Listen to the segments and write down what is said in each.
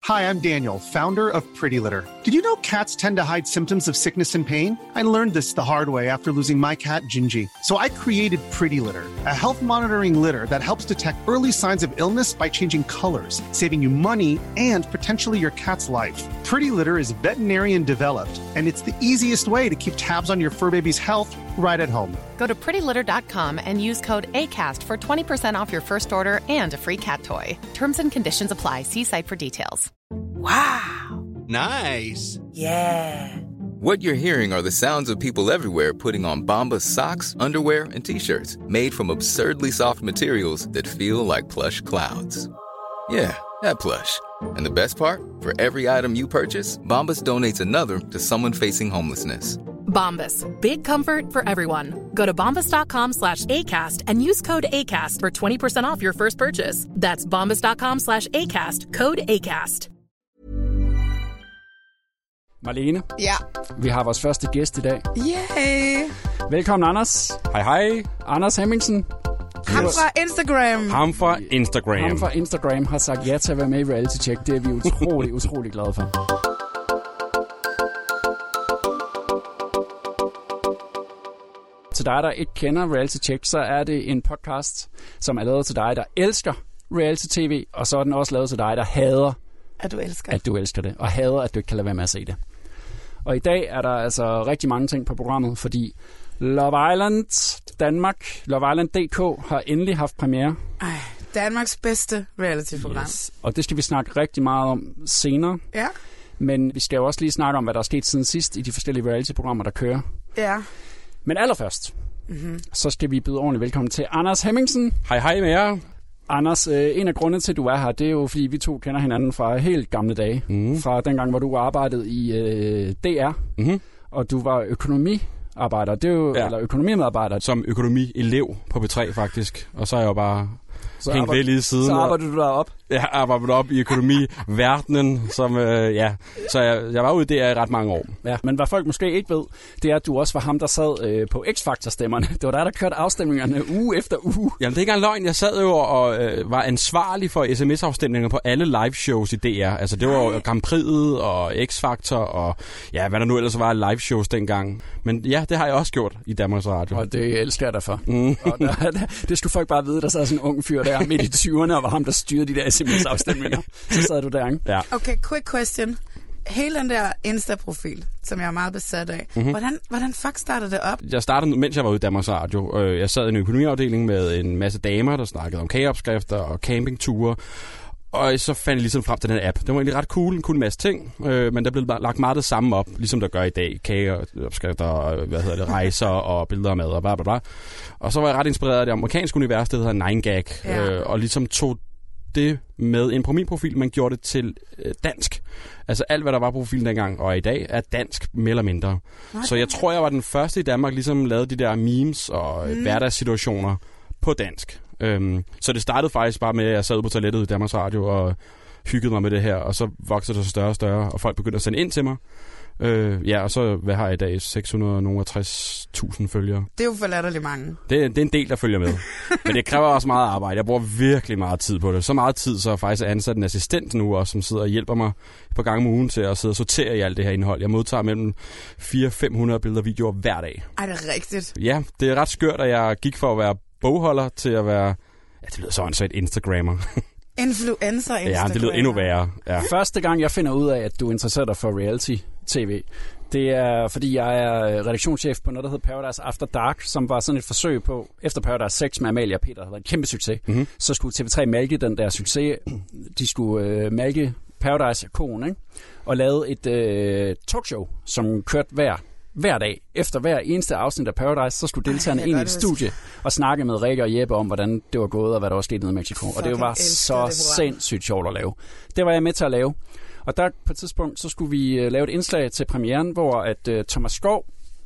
Hi, I'm Daniel, founder of Pretty Litter. Did you know cats tend to hide symptoms of sickness and pain? I learned this the hard way after losing my cat, Gingy. So I created Pretty Litter, a health monitoring litter that helps detect early signs of illness by changing colors, saving you money and potentially your cat's life. Pretty Litter is veterinarian developed, and it's the easiest way to keep tabs on your fur baby's health right at home. Go to prettylitter.com and use code ACAST for 20% off your first order and a free cat toy. Terms and conditions apply. See site for details. Wow. Nice. Yeah. What you're hearing are the sounds of people everywhere putting on Bombas socks, underwear, and T-shirts made from absurdly soft materials that feel like plush clouds. Yeah, that plush. And the best part? For every item you purchase, Bombas donates another to someone facing homelessness. Bombas. Big comfort for everyone. Go to bombas.com/ACAST and use code ACAST for 20% off your first purchase. That's bombas.com/ACAST. Code ACAST. Marlene. Ja. Vi har vores første gæst i dag. Yay! Velkommen, Anders. Hej, hej. Anders Hemmingsen. Ham fra Instagram. Ham fra Instagram. Ham fra Instagram har sagt ja til at være med i Reality Check. Det er vi utrolig glade for. Til dig, der ikke kender Reality Check, så er det en podcast, som er lavet til dig, der elsker reality-tv, og så er den også lavet til dig, der hader, at du elsker det, og hader, at du ikke kan lade være med at se det. Og i dag er der altså rigtig mange ting på programmet, fordi Love Island Danmark, Love Island DK, har endelig haft premiere. Danmarks bedste reality-program. Yes. Og det skal vi snakke rigtig meget om senere. Ja. Men vi skal jo også lige snakke om, hvad der er sket siden sidst i de forskellige reality-programmer, der kører. Ja. Men allerførst, så skal vi byde ordentligt velkommen til Anders Hemmingsen. Hej, hej med jer. Anders, en af grundene til, at du er her, det er jo, fordi vi to kender hinanden fra helt gamle dage. Fra dengang, hvor du arbejdede i DR, og du var økonomiarbejder. Det er jo, eller økonomimedarbejder. Som økonomielev på B3, faktisk. Og så er jeg jo bare hængt ved lige siden. Så arbejder du derop? Ja, jeg arbejder op i økonomiverdenen, som, Så jeg var ude der i ret mange år. Ja, men hvad folk måske ikke ved, det er, at du også var ham, der sad på X-Factor-stemmerne. Det var der kørte afstemningerne uge efter uge. Jamen, det er ikke engang løgn. Jeg sad jo og var ansvarlig for sms-afstemninger på alle live-shows i DR. Altså, det var jo Grand Prix'et og X-Factor og ja, hvad der nu ellers var live-shows dengang. Men ja, det har jeg også gjort i Danmarks Radio. Og det elsker jeg dig for. Og det skulle folk bare vide, der sad sådan en ung fyr der midt i 20'erne og var ham, der styrede de der sms-afstemninger. Så sad du der, ikke? Ja. Okay, quick question. Hele den der Insta-profil, som jeg er meget besat af, hvordan fuck startede det op? Jeg startede, mens jeg var ude i Danmarks Radio. Jeg sad i en økonomiafdeling med en masse damer, der snakkede om kageopskrifter og campingture. Og så fandt jeg ligesom frem til den app. Det var egentlig ret cool, en cool masse ting, men der blev lagt meget det samme op, ligesom der gør i dag. Kageopskrifter, rejser og billeder af mad og bla bla bla. Og så var jeg ret inspireret af det amerikanske univers, det hedder 9gag, og ligesom tog det med ind på min profil, man gjorde det til dansk. Altså alt, hvad der var på profilen dengang, og i dag, er dansk mere eller mindre. Så jeg tror, jeg var den første i Danmark, ligesom lavede de der memes og hverdagssituationer på dansk. Så det startede faktisk bare med, at jeg sad på toilettet i Danmarks Radio og hyggede mig med det her, og så voksede det så større og større, og folk begyndte at sende ind til mig. Og så, hvad har jeg i dag? 660.000 følgere. Det er jo for latterligt mange. Det er en del, der følger med. Men det kræver også meget arbejde. Jeg bruger virkelig meget tid på det. Så meget tid, så jeg faktisk er ansat en assistent nu også, som sidder og hjælper mig på gang om ugen til at sidde og sortere i alt det her indhold. Jeg modtager mellem 400-500 billeder og videoer hver dag. Ej, det er rigtigt. Ja, det er ret skørt, at jeg gik for at være bogholder til at være... Ja, det lyder så et Instagrammer. Influencer Instagram. Ja, det lyder endnu værre. Ja. Første gang, jeg finder ud af, at du interesserer dig for reality-tv, det er, fordi jeg er redaktionschef på noget, der hedder Paradise After Dark, som var sådan et forsøg på, efter Paradise 6 med Amalie og Peter, der havde været en kæmpe succes. Så skulle TV3 malke den der succes. De skulle malke Paradise-konen, ikke? Og lavede et talkshow, som kørte hver dag. Efter hver eneste afsnit af Paradise, så skulle deltagerne ind i et studie og snakke med Rikke og Jeppe om, hvordan det var gået, og hvad der var sket nede i Mexico. Og det var så sindssygt sjovt at lave. Det var jeg med til at lave. Og der på et tidspunkt, så skulle vi lave et indslag til premieren, hvor at Thomas Skov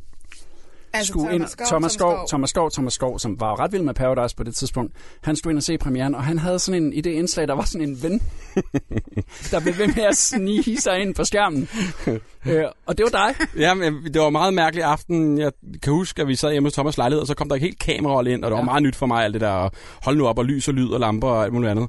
skulle ind. Thomas Skov, som var ret vild med Paradise på det tidspunkt, han skulle ind og se premieren, og han havde sådan en, i det indslag, der var sådan en ven, der blev ved med at snige sig ind på skærmen. Og det var dig. Ja, men det var en meget mærkelig aften. Jeg kan huske, at vi sad hjemme hos Thomas' lejlighed, og så kom der ikke helt kamerahold ind, og det var meget nyt for mig, alt det der, hold nu op, og lys og lyd og lamper og alt muligt andet.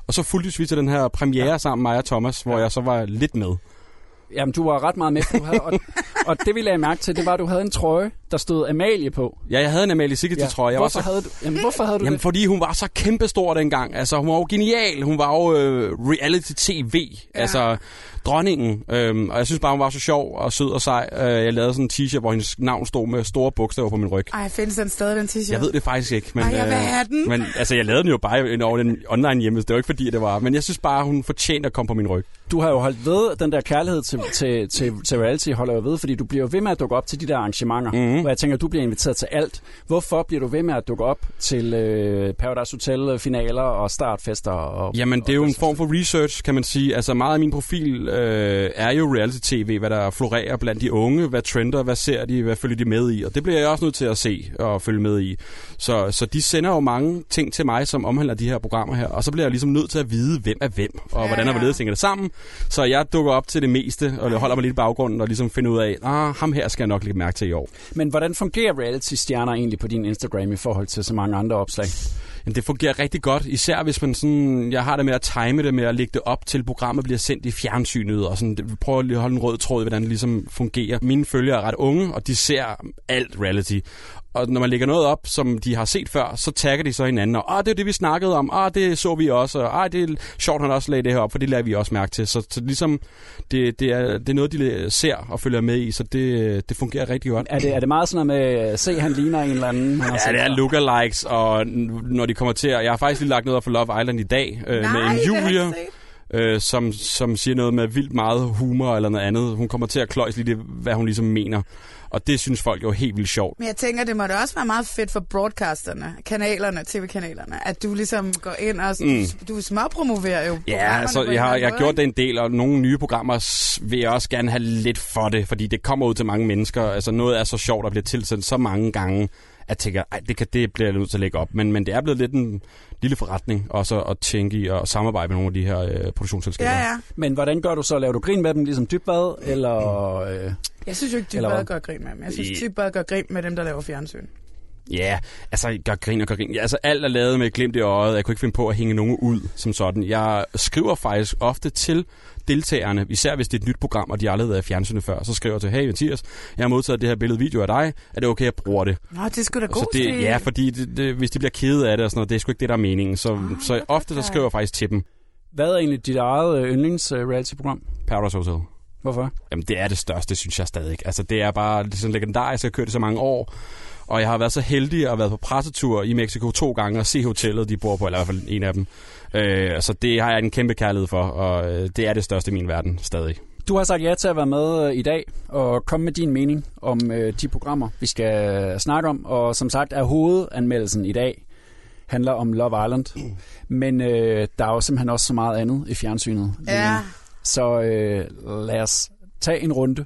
Og så fulgte vi til den her premiere sammen med mig og Thomas, hvor jeg så var lidt med. Jamen, du var ret meget med, du havde, og det vi lagde mærke til, det var, at du havde en trøje, der stod Amalie på. Ja, jeg havde en Amalie Sigurdsson-trøje. Hvorfor havde du det? det? Fordi hun var så kæmpestor dengang. Altså, hun var jo genial. Hun var jo reality-tv. Ja. Altså, dronningen. Og jeg synes bare, hun var så sjov og sød og sej. Jeg lavede sådan en t-shirt, hvor hendes navn stod med store bogstaver på min ryg. Ej, findes den stadig, den t-shirt? Jeg ved det faktisk ikke. Men, jeg vil have den. Men altså, jeg lavede den jo bare over den online hjemme. Det var ikke fordi, det var. Men jeg synes bare, hun fortjente at komme på min ryg. Du har jo holdt ved, den der kærlighed til reality holder jo ved, fordi du bliver ved med at dukke op til de der arrangementer, hvor jeg tænker, at du bliver inviteret til alt. Hvorfor bliver du ved med at dukke op til Paradise Hotel-finaler og startfester? Jamen, det er jo en form for research, kan man sige. Altså, meget af min profil er jo reality-tv, hvad der florerer blandt de unge, hvad trender, hvad ser de, hvad følger de med i, og det bliver jeg også nødt til at se og følge med i. Så de sender jo mange ting til mig, som omhandler de her programmer her, og så bliver jeg ligesom nødt til at vide, hvem er hvem, og hvordan og hvorledes hænger det sammen. Så jeg dukker op til det meste, og holder mig lidt i baggrunden, og ligesom finder ud af, ham her skal jeg nok lægge mærke til i år. Men hvordan fungerer reality-stjerner egentlig på din Instagram i forhold til så mange andre opslag? Jamen, det fungerer rigtig godt, især hvis man sådan, jeg har det med at time det med at lægge det op til programmet bliver sendt i fjernsynet, og sådan, prøver at holde en rød tråd i, hvordan det ligesom fungerer. Mine følgere er ret unge, og de ser alt reality. Og når man lægger noget op, som de har set før, så tagger de så hinanden, og det er det, vi snakkede om, det så vi også, og det er sjovt, han også lagde det her op, for det lader vi også mærke til. Så ligesom, det er noget, de ser og følger med i, så det fungerer rigtig godt. Er det meget sådan noget med, se, han ligner en eller anden? Ja, det er lookalikes, og når de kommer til, jeg har faktisk lige lagt noget op for Love Island i dag, med en Julia, som siger noget med vildt meget humor eller noget andet. Hun kommer til at kløjse lidt, hvad hun ligesom mener. Og det synes folk jo helt vildt sjovt. Men jeg tænker, det må da også være meget fedt for broadcasterne, kanalerne, tv-kanalerne, at du ligesom går ind og du småpromoverer jo. Ja, altså jeg har gjort det en del, og nogle nye programmer vil jeg også gerne have lidt for det, fordi det kommer ud til mange mennesker. Altså noget er så sjovt og bliver tilsendt så mange gange, at jeg tænker, det bliver jeg nødt til at lægge op. Men det er blevet lidt en lille forretning også at tænke i og samarbejde med nogle af de her produktionsselskaber. Ja. Men hvordan gør du så? Laver du grin med dem ligesom Dybvad, eller... Jeg synes jo ikke, Dybvad gør grin med dem. Jeg synes, Dybvad gør grin med dem, der laver fjernsyn. Ja, altså gør grin. Ja, altså alt er lavet med glimt i øjet. Jeg kunne ikke finde på at hænge nogen ud som sådan. Jeg skriver faktisk ofte til deltagerne, især hvis det er et nyt program, og de aldrig har været i fjernsynet før. Så skriver jeg til, hey Mathias, jeg har modtaget det her billede video af dig. Er det okay, jeg bruger det? Nå, det er sgu da god stil. Ja, fordi hvis de bliver kede af det og sådan noget, det er sgu ikke det, der er meningen. Så ofte så skriver jeg faktisk til dem. Hvad er egentlig dit eget yndlings-reality-program? Paradise Hotel. Hvorfor? Jamen, det er det største, synes jeg stadig. Altså, det er bare sådan legendarisk. Jeg har kørt det så mange år. Og jeg har været så heldig at have været på pressetur i Mexico 2 gange og se hotellet, de bor på, eller i hvert fald en af dem. Så det har jeg en kæmpe kærlighed for, og det er det største i min verden stadig. Du har sagt ja til at være med i dag og komme med din mening om de programmer, vi skal snakke om. Og som sagt er hovedanmeldelsen i dag handler om Love Island. Men der er jo simpelthen også så meget andet i fjernsynet. Ja. Så lad os tage en runde.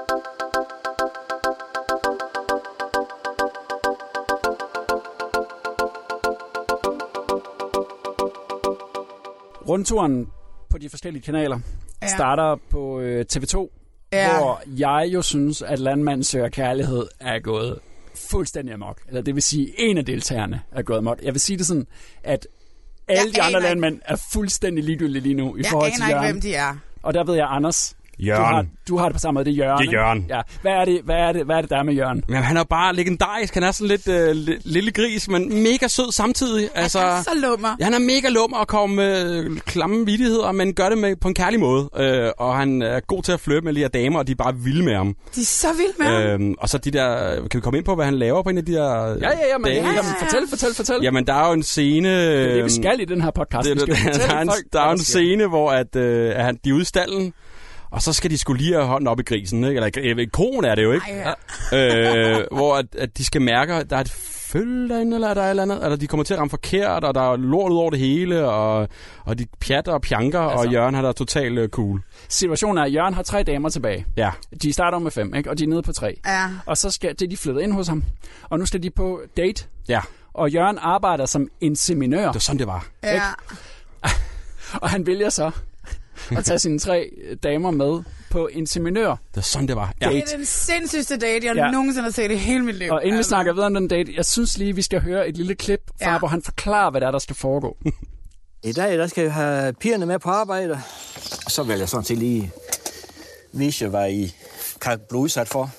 Rundturen på de forskellige kanaler starter på TV2, hvor jeg jo synes, at Landmand søger kærlighed er gået fuldstændig amok. Eller det vil sige, en af deltagerne er gået amok. Jeg vil sige det sådan, at alle de andre landmænd er fuldstændig ligegyldige lige nu i forhold til Jørgen. Jeg aner ikke, hvem de er. Og der ved jeg, Anders... Jørgen. Du har det på samme måde, det er Jørgen. Det er Jørgen. Ja. Hvad er det, der er med Jørgen? Jamen, han er bare legendarisk. Han er sådan lidt lille gris, men mega sød samtidig. Altså, han er så lummer. Ja, han er mega lummer og kommer med klamme vittigheder, men gør det på en kærlig måde. Og han er god til at flytte med de her damer, og de er bare vilde med ham. De er så vilde med ham. Og så de der... Kan vi komme ind på, hvad han laver på en af de der... Jamen, fortæl. Jamen, der er jo en scene... Det er det, vi skal i den her podcast. Der er jo en scene, hvor de er ude i stallen, og så skal de skulle lige have hånden op i grisen, ikke? Eller koen er det jo, ikke? Hvor at de skal mærke, at der er et følge derinde, eller der er et eller andet, eller de kommer til at ramme forkert, og der er lort ud over det hele, og de pjatter og pjanker, og Jørgen har der totalt cool. Situationen er, at Jørgen har 3 damer tilbage. Ja. De starter med 5, ikke? Og de er nede på 3. Ja. Og så skal de flytte ind hos ham, og nu skal de på date. Ja. Og Jørgen arbejder som inseminør. Det var sådan, det var. Ja. Og han vælger så at tage sine 3 damer med på inseminør. Det var sådan, det var. Ja. Det er den sindssygste date, jeg nogensinde har set i hele mit liv. Og inden vi snakker videre om den date, jeg synes lige, vi skal høre et lille klip fra, hvor han forklarer, hvad der skal foregå. I dag der skal jeg have pigerne med på arbejde. Og så vil jeg sådan set lige vise jer, hvad I kan blive udsat for.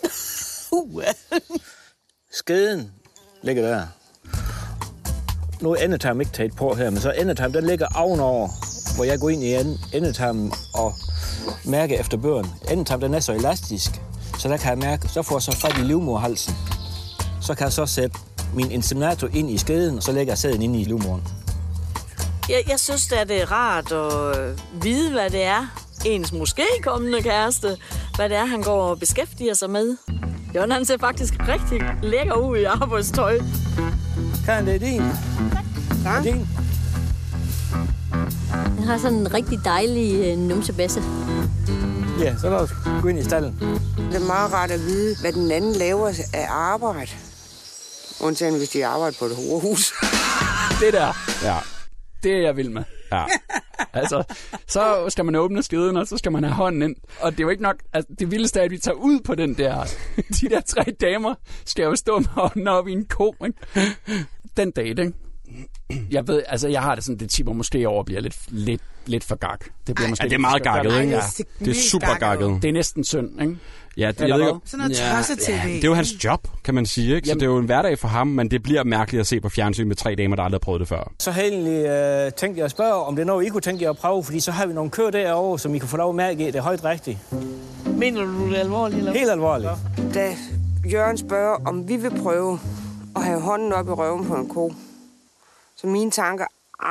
Skeden ligger der. Nu er endetarmen ikke taget på her, men så endetarmen, den ligger ovenover, hvor jeg går ind i endetarmen og mærker efter børn. Endetarmen, den er så elastisk, så der kan jeg mærke, så får jeg så fat i livmoderhalsen. Så kan jeg så sætte min inseminator ind i skeden, og så lægger jeg sæden ind i livmoderen. Jeg synes, at det er rart at vide, hvad det er, ens måske kommende kæreste, hvad det er, han går og beskæftiger sig med. Jørgen, han ser faktisk rigtig lækker ud i arbejdstøj. Karen, det er din. Tak. Det er din. Han har sådan en rigtig dejlig numsebasse. Ja, så lad os gå ind i stallen. Det er meget rart at vide, hvad den anden laver af arbejde. Undtagen, hvis de arbejder på et horehus. Det der, Ja. det er jeg vild med. Ja. Altså, så skal man åbne skeden, og så skal man have hånden ind. Og det er jo ikke nok, altså, det vildeste er, at vi tager ud på den der. De der 3 damer skal jo stå med hånden op i en ko, ikke? Den date, ikke? Jeg ved, altså, jeg har det sådan, det tipper måske over bliver lidt for gak. Det bliver måske Ja, det er meget gakket, ikke? Ja. Det er super gakket. Det er næsten synd, ikke? Ja, det, Eller jeg ved, hvad? Sådan noget tosset-tv. det er jo hans job, kan man sige. Ikke? Så det er jo en hverdag for ham, men det bliver mærkeligt at se på fjernsyn med 3 damer, der aldrig har prøvet det før. Så har jeg egentlig tænkt jer at spørge, om det er noget, I kunne tænke jer at prøve, fordi så har vi nogle køer derovre, som I kan få lov at mærke i. Det er højt rigtigt. Mener du det alvorligt? Eller? Helt alvorligt. Da Jørgen spørger, om vi vil prøve at have hånden op i røven på en ko, så mine tanker,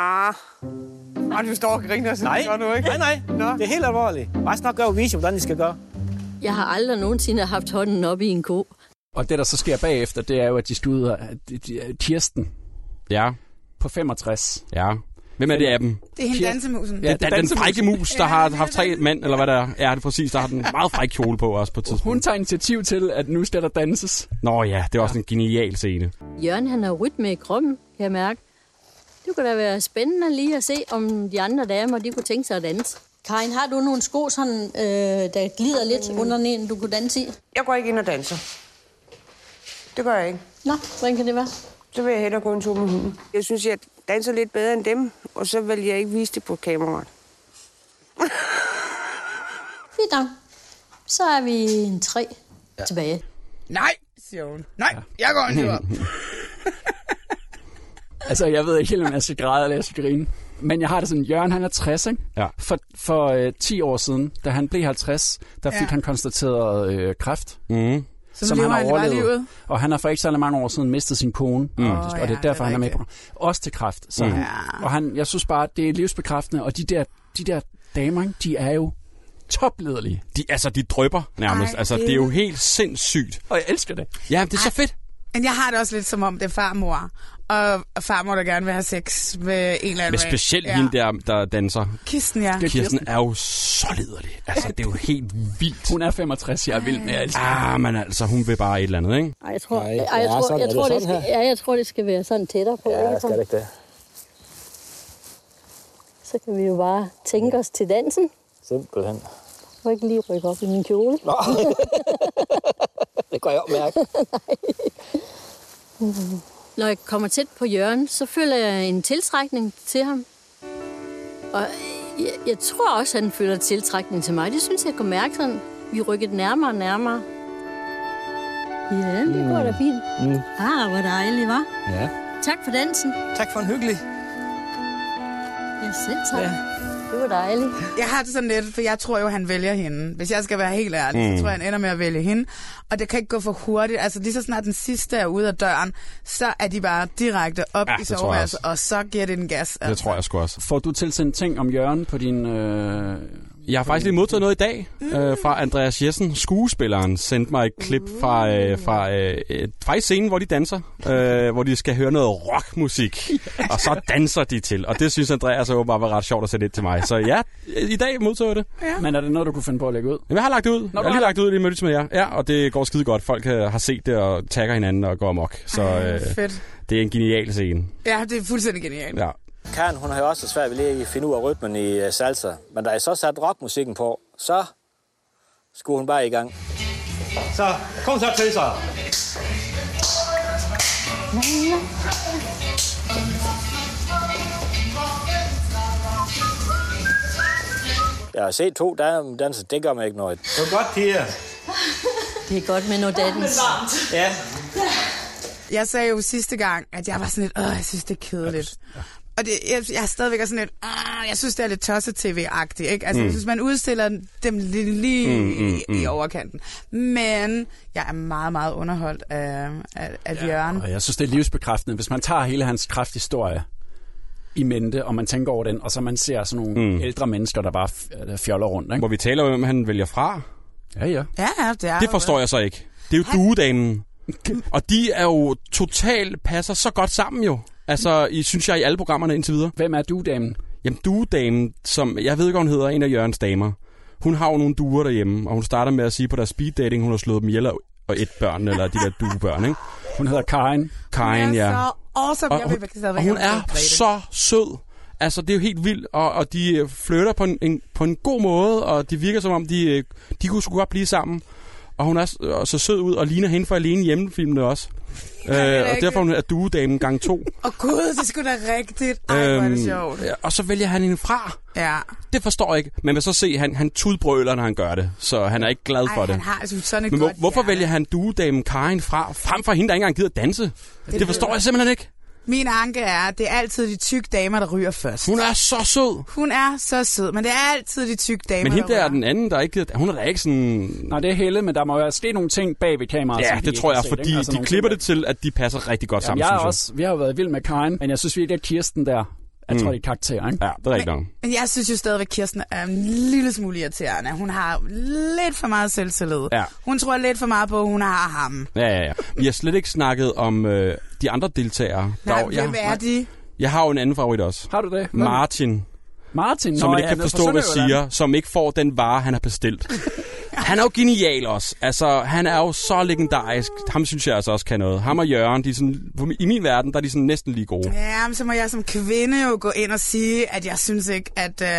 du står og griner, så Nej, gør du ikke. nej. Det er helt alvorligt. Bare snart gør og vise, hvordan I skal gøre. Jeg har aldrig nogensinde haft hånden op i en ko. Og det, der så sker bagefter, det er jo, at de skal ud af Kirsten Ja, på 65. ja. Hvem er det af dem? Det er hende dansemusen. Ja, Det er den frække mus, der har haft 3 mænd, eller hvad der er. Ja, det er præcis. Der har den meget fræk kjole på også på et tidspunkt. Hun tager initiativ til, at nu skal der danses. Nå ja, det er også en genial scene. Jørgen, han har rytme i kroppen, kan jeg mærke. Det kunne da være spændende lige at se, om de andre damer, de kunne tænke sig at danse. Karin, har du nogle sko, sådan, der glider lidt under den, du kunne danse i? jeg går ikke ind og danser. Det gør jeg ikke. Nå, hvordan kan det være? Så vil jeg hellere gå en tur med hunden. Jeg synes, jeg danser lidt bedre end dem, og så vil jeg ikke vise det på kameraet. Fint nok. Så er vi en 3 tilbage. Nej, siger hun. Nej, jeg går en tur. Altså, jeg ved ikke helt, om jeg skal græde eller jeg skal grine. Men jeg har det sådan, Jørgen, han er 60, ikke? Ja. For 10 år siden, da han blev 50, der fik han konstateret kræft. Mm. Som han har overlevet. Og han har for ikke så mange år siden mistet sin kone. Og det er derfor, han er med på. Også til kræft. Så jeg synes bare, det er livsbekræftende. Og de der damer, de er jo toplederlige. De drypper nærmest. Ej, Altså, det er jo helt sindssygt. Og jeg elsker det. Ja, det er så fedt. Men jeg har det også lidt som om, det er farmor. Og farmor, der gerne vil have sex med en eller anden. Men specielt hende der danser. Kirsten, ja. Kirsten er jo så liderlig. Altså, det er jo helt vildt. Hun er 65, jeg er vild med alt. Men altså, hun vil bare et eller andet, ikke? Ej, jeg tror, det skal være sådan tættere på. Ja, skal det ikke det. Så kan vi jo bare tænke os til dansen. Simpelthen. Og ikke lige rykke op i min kjole. Nå. Det går jeg op mærke. Når jeg kommer tæt på Jørgen, så føler jeg en tiltrækning til ham. Og jeg tror også, at han føler tiltrækning til mig. Det synes jeg kunne mærke sådan. Vi rykkede nærmere og nærmere. Ja, det går da fint. Hvor dejligt, hva'? Ja. Tak for dansen. Tak for en hyggelig. Ja, selv tak. Ja. Det var dejligt. Jeg har det sådan lidt, for jeg tror jo, han vælger hende. Hvis jeg skal være helt ærlig, så tror jeg, han ender med at vælge hende. Og det kan ikke gå for hurtigt. Altså lige så snart den sidste er ude af døren, så er de bare direkte op i soveværelset, og så giver det en gas. Altså. Det tror jeg sgu også. Får du tilsendt ting om Jørgen på din... Jeg har faktisk lige modtaget noget i dag fra Andreas Jessen, skuespilleren, sendte mig et klip fra scenen, hvor de danser, hvor de skal høre noget rockmusik, og så danser de til. Og det synes Andreas åbenbart var ret sjovt at sætte ind til mig. Så ja, i dag modtog jeg det. Ja. Men er det noget, du kunne finde på at lægge ud? Jamen, jeg har lagt det ud. Jeg har lige lagt det ud i mødtes med jer. Ja, og det går skide godt. Folk har set det og tagger hinanden og går amok. Så fedt. Det er en genial scene. Ja, det er fuldstændig genialt. Ja. Karen, hun har jo også svært ved lige at finde ud af rytmen i salsa. Men da jeg så satte rockmusikken på, så skulle hun bare i gang. Så kom så til sig. Jeg har set 2 danser, det gør mig ikke noget. Det er godt, piger. Det er godt med noget dans. Ja. Jeg sagde jo sidste gang, at jeg var sådan lidt, jeg synes, det er kedeligt. Og jeg er stadigvæk sådan lidt, jeg synes, det er lidt tosset-tv-agtigt, ikke? Altså, jeg synes, man udstiller dem lige i overkanten. Men jeg er meget, meget underholdt af Jørgen. Og jeg synes, det er livsbekræftende. Hvis man tager hele hans krafthistorie i mente, og man tænker over den, og så man ser sådan nogle ældre mennesker, der bare fjoller rundt, ikke? Hvor vi taler om, hvem han vælger fra. Ja. Det forstår jeg så ikke. Det er jo duedamen. Og de er jo totalt passer så godt sammen jo. Altså, synes jeg, i alle programmerne indtil videre. Hvem er duedamen? Jamen, duedamen, som jeg ved ikke, hun hedder, en af Jørgens damer. Hun har jo nogle duer derhjemme, og hun starter med at sige på deres speed dating, hun har slået dem ihjel og et børn, eller de der duebørn, ikke? Hun hedder Karin. Karin, ja. Så awesome. Og hun er så sød. Altså, det er jo helt vildt, og de flytter på en god måde, og det virker som om, de kunne sgu godt blive sammen. Og hun er så sød ud, og ligner hende for alene hjemmefilmene også. Og derfor hun er duedamen gang 2. Gud, det skulle da rigtigt. Ej, hvor er det sjovt. Og så vælger han hende fra. Ja. Det forstår jeg ikke. Men vil så se, han tudbrøler, når han gør det. Så han er ikke glad for det. Han har sådan et men godt hvorfor hjerte. vælger han duedamen Karin fra, frem for hende, der ikke engang gider danse? Det forstår jeg simpelthen ikke. Min anke er, at det er altid de tykke damer, der ryger først. Hun er så sød. Hun er så sød, men det er altid de tykke damer, men hende der ryger. er den anden, der ikke... Hun er da ikke sådan... Nej, det er Helle, men der må jo ske nogle ting bag ved kameraet. Ja, det tror jeg, fordi altså de klipper det til, at de passer rigtig godt sammen, synes jeg. Vi har jo været vild med Karin, men jeg synes virkelig, at Kirsten der... Jeg tror, det er karakter, ikke? Ja, det er rigtigt nok. Men jeg synes jo stadigvæk, at Kirsten er en lille smule irriterende. Hun har lidt for meget selvtillid. Ja. Hun tror lidt for meget på, at hun har ham. Ja. Vi har slet ikke snakket om de andre deltagere. Nej, hvem er de? Jeg har jo en anden favorit også. Har du det? Martin. Som man ikke kan forstå, hvad siger. Som ikke får den vare, han har bestilt. Han er jo genial også. Altså, han er jo så legendarisk. Ham synes jeg altså også kan noget. Ham og Jørgen, de er sådan, i min verden, der er de sådan næsten lige gode. Ja, men så må jeg som kvinde jo gå ind og sige, at jeg synes ikke,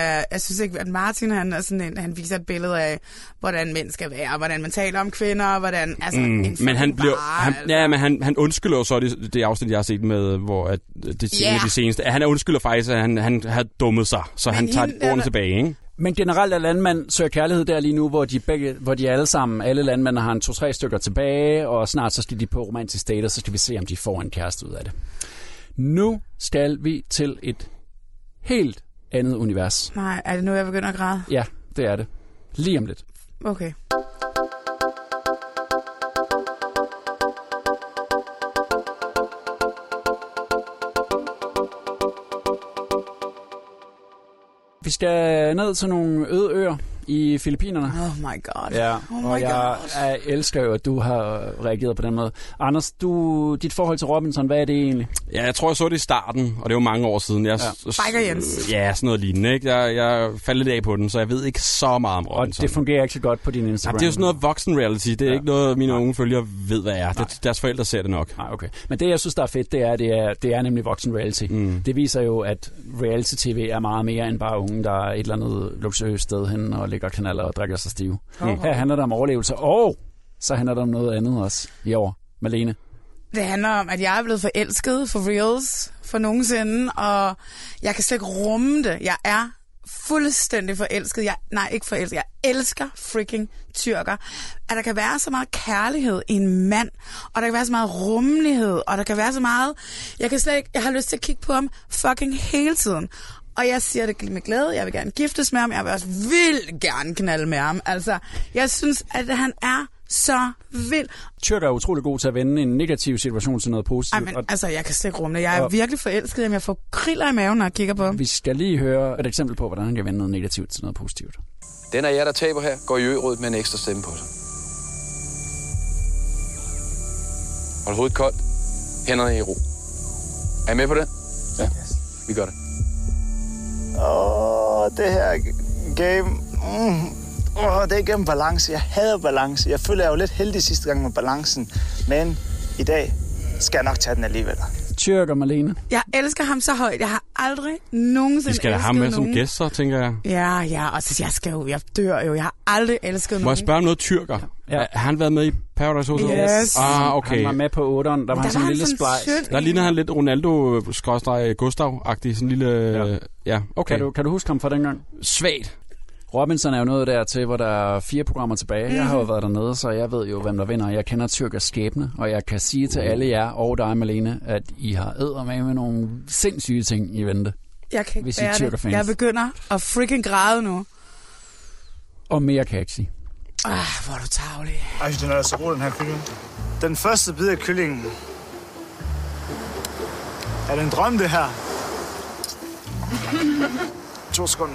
at Martin, han er sådan han viser et billede af, hvordan mænd skal være, hvordan man taler om kvinder, hvordan... Altså, men han bliver... han undskylder jo så det afsnit, jeg har set med, hvor at det er de seneste. Han undskylder faktisk, at han har dummet sig, så han tager ordene tilbage, ikke? Men generelt er landmand søger kærlighed der lige nu, hvor de alle sammen, alle landmændene har 2-3 stykker tilbage, og snart så skal de på romantisk date, og så skal vi se, om de får en kæreste ud af det. Nu skal vi til et helt andet univers. Nej, er det nu, jeg begynder at græde? Ja, det er det. Lige om lidt. Okay. Vi skal ned til nogle øde øer i Filippinerne. Oh my god. Ja, og jeg elsker jo, at du har reageret på den måde. Anders, dit forhold til Robinson, hvad er det egentlig? Ja, jeg tror, jeg så det i starten, og det var mange år siden. Biker Jens. Ja, sådan noget lignende, ikke? Jeg faldt lidt af på den, så jeg ved ikke så meget om Robinson. Og det fungerer ikke så godt på din Instagram. Ja, det er jo sådan noget voksen reality. Det er ikke noget, mine unge følgere ved, hvad er. Deres forældre ser det nok. Nej, okay. Men det, jeg synes, der er fedt, det er nemlig voksen reality. Det viser jo, at reality-tv er meget mere end bare unge, der er et eller andet luksuriøst sted hen og ligger kanaler og drikker sig stive. Her handler det om overlevelse, og så handler det om noget andet også i år. Malene? Det handler om, at jeg er blevet forelsket for reals for nogensinde, og jeg kan slet ikke rumme det. Jeg er fuldstændig forelsket. Ikke forelsket. Jeg elsker freaking tyrker. At der kan være så meget kærlighed i en mand, og der kan være så meget rummelighed, og der kan være så meget... Jeg har lyst til at kigge på ham fucking hele tiden. Og jeg siger det med glæde. Jeg vil gerne giftes med ham. Jeg vil også vildt gerne knalde med ham. Altså, jeg synes, at han er så vild. Tyrker er utrolig god til at vende en negativ situation til noget positivt. Ej, men altså, jeg kan slet ikke rumme det. Jeg er virkelig forelsket. Jamen, jeg får kriller i maven, når jeg kigger på ham. Vi skal lige høre et eksempel på, hvordan han kan vende noget negativt til noget positivt. Den af jer, der taber her, går i ø-rådet med en ekstra stemme på sig. Hold hovedet koldt. Hænderne i ro. Er I med på det? Ja. Vi gør det. Det her game... det er gennem balance. Jeg hader balance. Jeg føler, jeg var lidt heldig sidste gang med balancen. Men i dag skal jeg nok tage den alligevel. Tyrker, Malene. Jeg elsker ham så højt. Jeg har aldrig nogensinde elsket nogen. Vi skal have ham med som gæst, så tænker jeg. Ja. Og så jeg dør jo. Jeg har aldrig elsket nogen. Må jeg spørge om noget tyrker? Ja. Har han været med i Paradise Hotel? Yes. Okay. Han var med på 8'eren. Der var han sådan en lille splejs. Der ligner han lidt Ronaldo-Gustav-agtig. Sådan en lille... Ja, okay. Kan du huske ham fra dengang? Svagt. Robinson er jo nået dertil, hvor der er 4 programmer tilbage. Jeg har jo været dernede, så jeg ved jo, hvem der vinder. Jeg kender Tyrkers skæbne, og jeg kan sige til alle jer og dig, Malene, at I har eddermame nogle sindssyge ting i vente. Jeg kan ikke bære det. Jeg begynder at freaking græde nu. Og mere kan jeg ikke sige. Hvor er du tarvelig. Ej, den er så god, den her kylling. Den første bid af kyllingen. Er det en drøm, det her? 2 sekunder.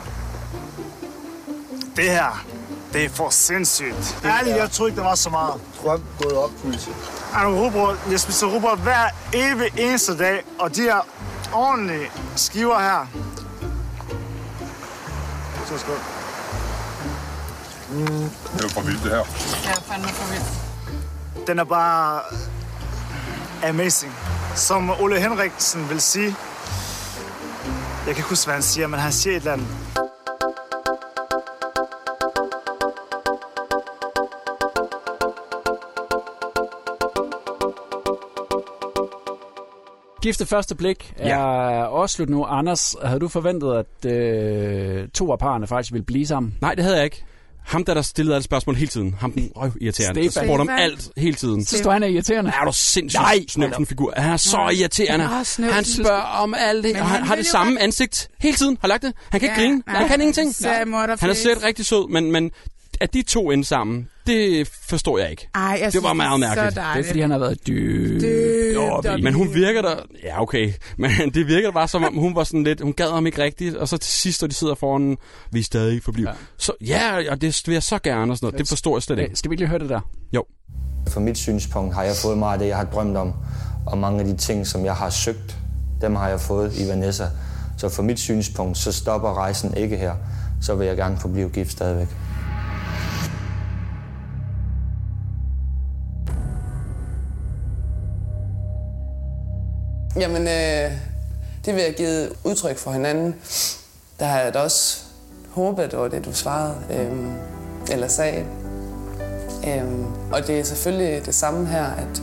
Det her, det er for sindssygt. Ærligt, jeg tror ikke, der var så meget. Drøm gået op, politik. Jeg spiser rugbrød hver evig eneste dag, og de her ordentlige skiver her. Så skål. Det er jo for vildt, det her. Ja, fandme for vildt. Den er bare amazing. Som Ole Henriksen vil sige. Jeg kan ikke huske, hvad han siger, men han siger et eller andet. Gift ved første blik er også slut nu. Anders, havde du forventet, at 2 af parerne faktisk ville blive sammen? Nej, det havde jeg ikke. Ham, der stillede alle spørgsmål hele tiden. Ham den irriterende. Så spurgte om alt hele tiden. Så står han er irriterende. Er du sindssygt snøften figur? Han er så irriterende. Han spørger om alt det. Og han har det samme ansigt hele tiden. Har lagt det. Han kan ikke grine. Han kan ingenting. Han er slet rigtig sød, men at de 2 ender sammen, det forstår jeg ikke. Det var meget mærkeligt. Det er, fordi han har været dybt. Men hun virker der... Ja, okay. Men det virker bare, som om hun var sådan lidt... Hun gad ham ikke rigtigt, og så til sidst, når de sidder foran... Vi er stadig forblivet. Ja. Så og det vil jeg så gerne, og sådan noget. Det forstår jeg slet ikke. Skal vi lige høre det der? Jo. Fra mit synspunkt har jeg fået meget af det, jeg har drømt om. Og mange af de ting, som jeg har søgt, dem har jeg fået i Vanessa. Så fra mit synspunkt, så stopper rejsen ikke her. Så vil jeg gerne forblive gift stadigvæk. Jamen, det vil jeg give udtryk for hinanden. Der har jeg da også håbet, det var det, du svarede, eller sagde. Og det er selvfølgelig det samme her, at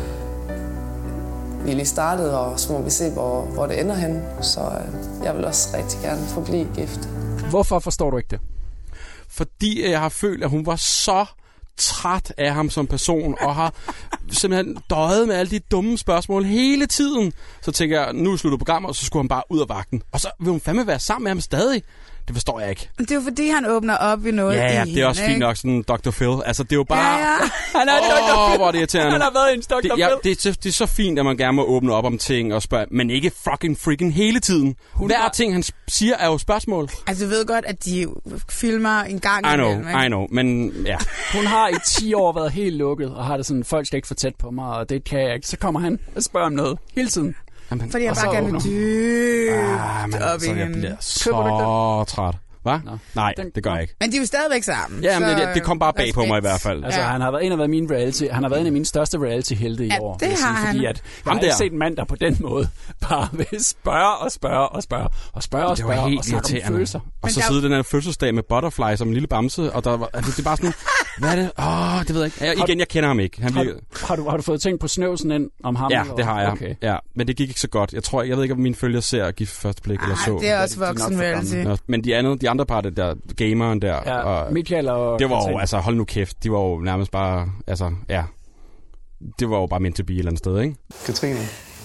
vi lige startede, og så må vi se, hvor det ender hen. Så jeg vil også rigtig gerne forblive gift. Hvorfor forstår du ikke det? Fordi jeg har følt, at hun var så træt af ham som person, og har simpelthen døjet med alle de dumme spørgsmål hele tiden. Så tænker jeg, nu slutter programmet, og så skulle han bare ud af vagten. Og så vil hun fandme være sammen med ham stadig. Det forstår jeg ikke. Det er jo fordi, han åbner op i noget. Ja, det er også fint nok sådan Dr. Phil. Altså, det er jo bare... Ja. Han er Dr. Phil. Hvor er det irriterende. Han har været en Dr. Phil. Det er så fint, at man gerne må åbne op om ting og spørge, men ikke freaking hele tiden. Hver ting, han siger, er jo spørgsmål. Altså, du ved godt, at de filmer en gang imellem. I know, men ja. Hun har i 10 år været helt lukket, og har det sådan, folk skal ikke få tæt på mig, og det kan jeg ikke. Så kommer han og spørger om noget hele tiden. Jamen, fordi jeg bare gerne vil dybt op i hende. Jeg bliver så træt. Hvad? Nej, det gør jeg ikke. Men de er jo stadigvæk sammen. Ja, men det kom bare bag på mig i hvert fald. Altså, han har været en af mine største reality-helte i år. Det har han. Fordi at jeg har ikke set en mand, der på den måde bare vil spørge og helt irriterende. Og så sidder den her fødselsdag med Butterfly som en lille bamse, og der var, altså, det er bare sådan, hvad er det? Det ved jeg ikke. Jeg kender ham ikke. Har du fået tænkt på snøvsen ind om ham? Ja, det har jeg. Okay. Ja, men det gik ikke så godt. Jeg ved ikke, om mine følgere ser Gift første blik eller så. Det er også voksen reality. Men de andre par, der gameren der, og Michael og det var jo, altså hold nu kæft, de var jo nærmest bare, altså, ja, det var jo bare meant to be et eller andet sted, ikke? Katrine,